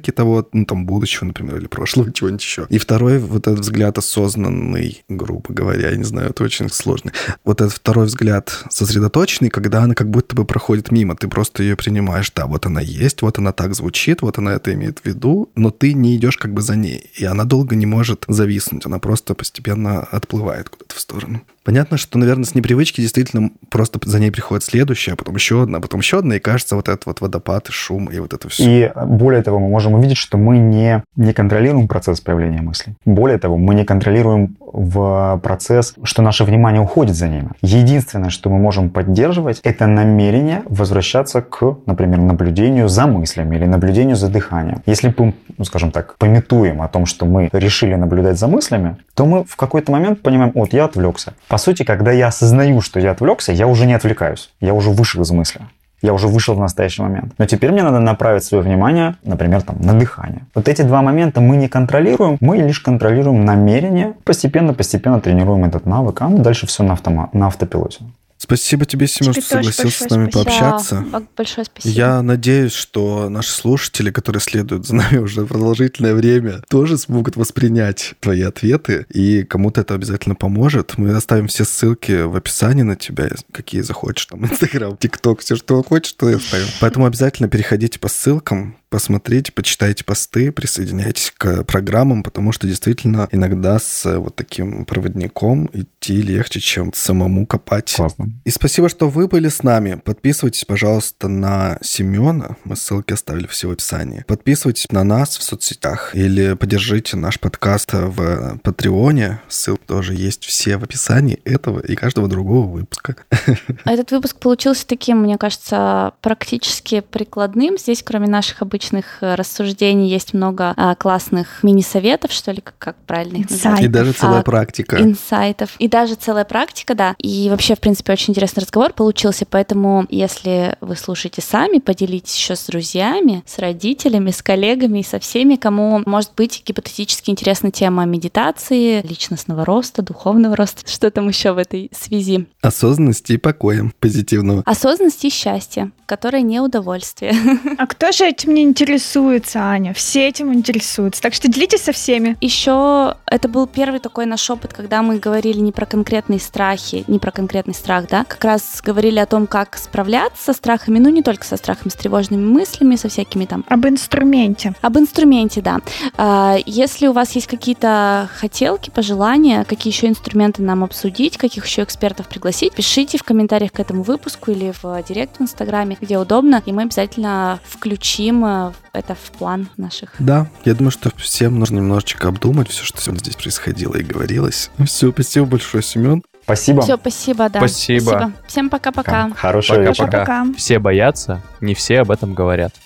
оценки того, ну, там, будущего, например, или прошлого, чего-нибудь еще. И второй вот этот взгляд осознанный, грубо говоря, я не знаю, это очень сложно. Вот этот второй взгляд сосредоточенный, когда она как будто бы проходит мимо, ты просто ее принимаешь, да, вот она есть, вот она так звучит, вот она это имеет в виду, но ты не идешь как бы за ней, и она долго не может зависнуть, она просто постепенно отплывает куда-то в сторону. Понятно, что, наверное, с непривычки действительно просто за ней приходит следующая, а потом еще одна, а потом еще одна, и кажется вот этот вот водопад, и шум, и вот это все. И более того, мы можем увидеть, что мы не, не контролируем процесс появления мыслей. Более того, мы не контролируем в процесс, что наше внимание уходит за ними. Единственное, что мы можем поддерживать, это намерение возвращаться к, например, наблюдению за мыслями или наблюдению за дыханием. Если мы, ну, скажем так, памятуем о том, что мы решили наблюдать за мыслями, то мы в какой-то момент понимаем, вот, я отвлекся. По сути, когда я осознаю, что я отвлекся, я уже не отвлекаюсь. Я уже вышел из мысли. Я уже вышел в настоящий момент. Но теперь мне надо направить свое внимание, например, там, на дыхание. Вот эти два момента мы не контролируем, мы лишь контролируем намерение. Постепенно-постепенно тренируем этот навык, а дальше все на, автома- на автопилоте. Спасибо тебе, Сима, что согласился с нами спасибо. пообщаться. Да, большое спасибо. Я надеюсь, что наши слушатели, которые следуют за нами уже продолжительное время, тоже смогут воспринять твои ответы, и кому-то это обязательно поможет. Мы оставим все ссылки в описании на тебя, какие захочешь, там, Инстаграм, ТикТок, все, что хочешь, то и оставим. Поэтому обязательно переходите по ссылкам, посмотрите, почитайте посты, присоединяйтесь к программам, потому что действительно иногда с вот таким проводником идти легче, чем самому копать. Классно. И спасибо, что вы были с нами. Подписывайтесь, пожалуйста, на Семена. Мы ссылки оставили все в описании. Подписывайтесь на нас в соцсетях или поддержите наш подкаст в Патреоне. Ссылки тоже есть все в описании этого и каждого другого выпуска. Этот выпуск получился таким, мне кажется, практически прикладным. Здесь, кроме наших обычных рассуждений, есть много а, классных мини-советов, что ли, как, как правильно их назвать. И даже целая а, практика. Инсайтов. И даже целая практика, да. И вообще, в принципе, очень интересный разговор получился, поэтому, если вы слушаете сами, поделитесь еще с друзьями, с родителями, с коллегами и со всеми, кому, может быть, гипотетически интересна тема медитации, личностного роста, духовного роста, что там еще в этой связи. Осознанности и покоя позитивного. Осознанности и счастья, которое не удовольствие. А кто же этим не интересуется, Аня? Все этим интересуются. Так что делитесь со всеми. Еще это был первый такой наш опыт, когда мы говорили не про конкретные страхи, не про конкретный страх, да, как раз говорили о том, как справляться со страхами, ну не только со страхами, с тревожными мыслями, со всякими там... Об инструменте. Об инструменте, да. Если у вас есть какие-то хотелки, пожелания, какие еще инструменты нам обсудить, каких еще экспертов пригласить, пишите в комментариях к этому выпуску или в директ в Инстаграме, где удобно, и мы обязательно включим это в план наших. Да, я думаю, что всем нужно немножечко обдумать все, что сегодня здесь происходило и говорилось. Все, спасибо большое, Семен. Спасибо. Все, спасибо, да. Спасибо. Спасибо. Всем пока-пока. Хорошего вечера. Пока-пока. Все боятся, не все об этом говорят.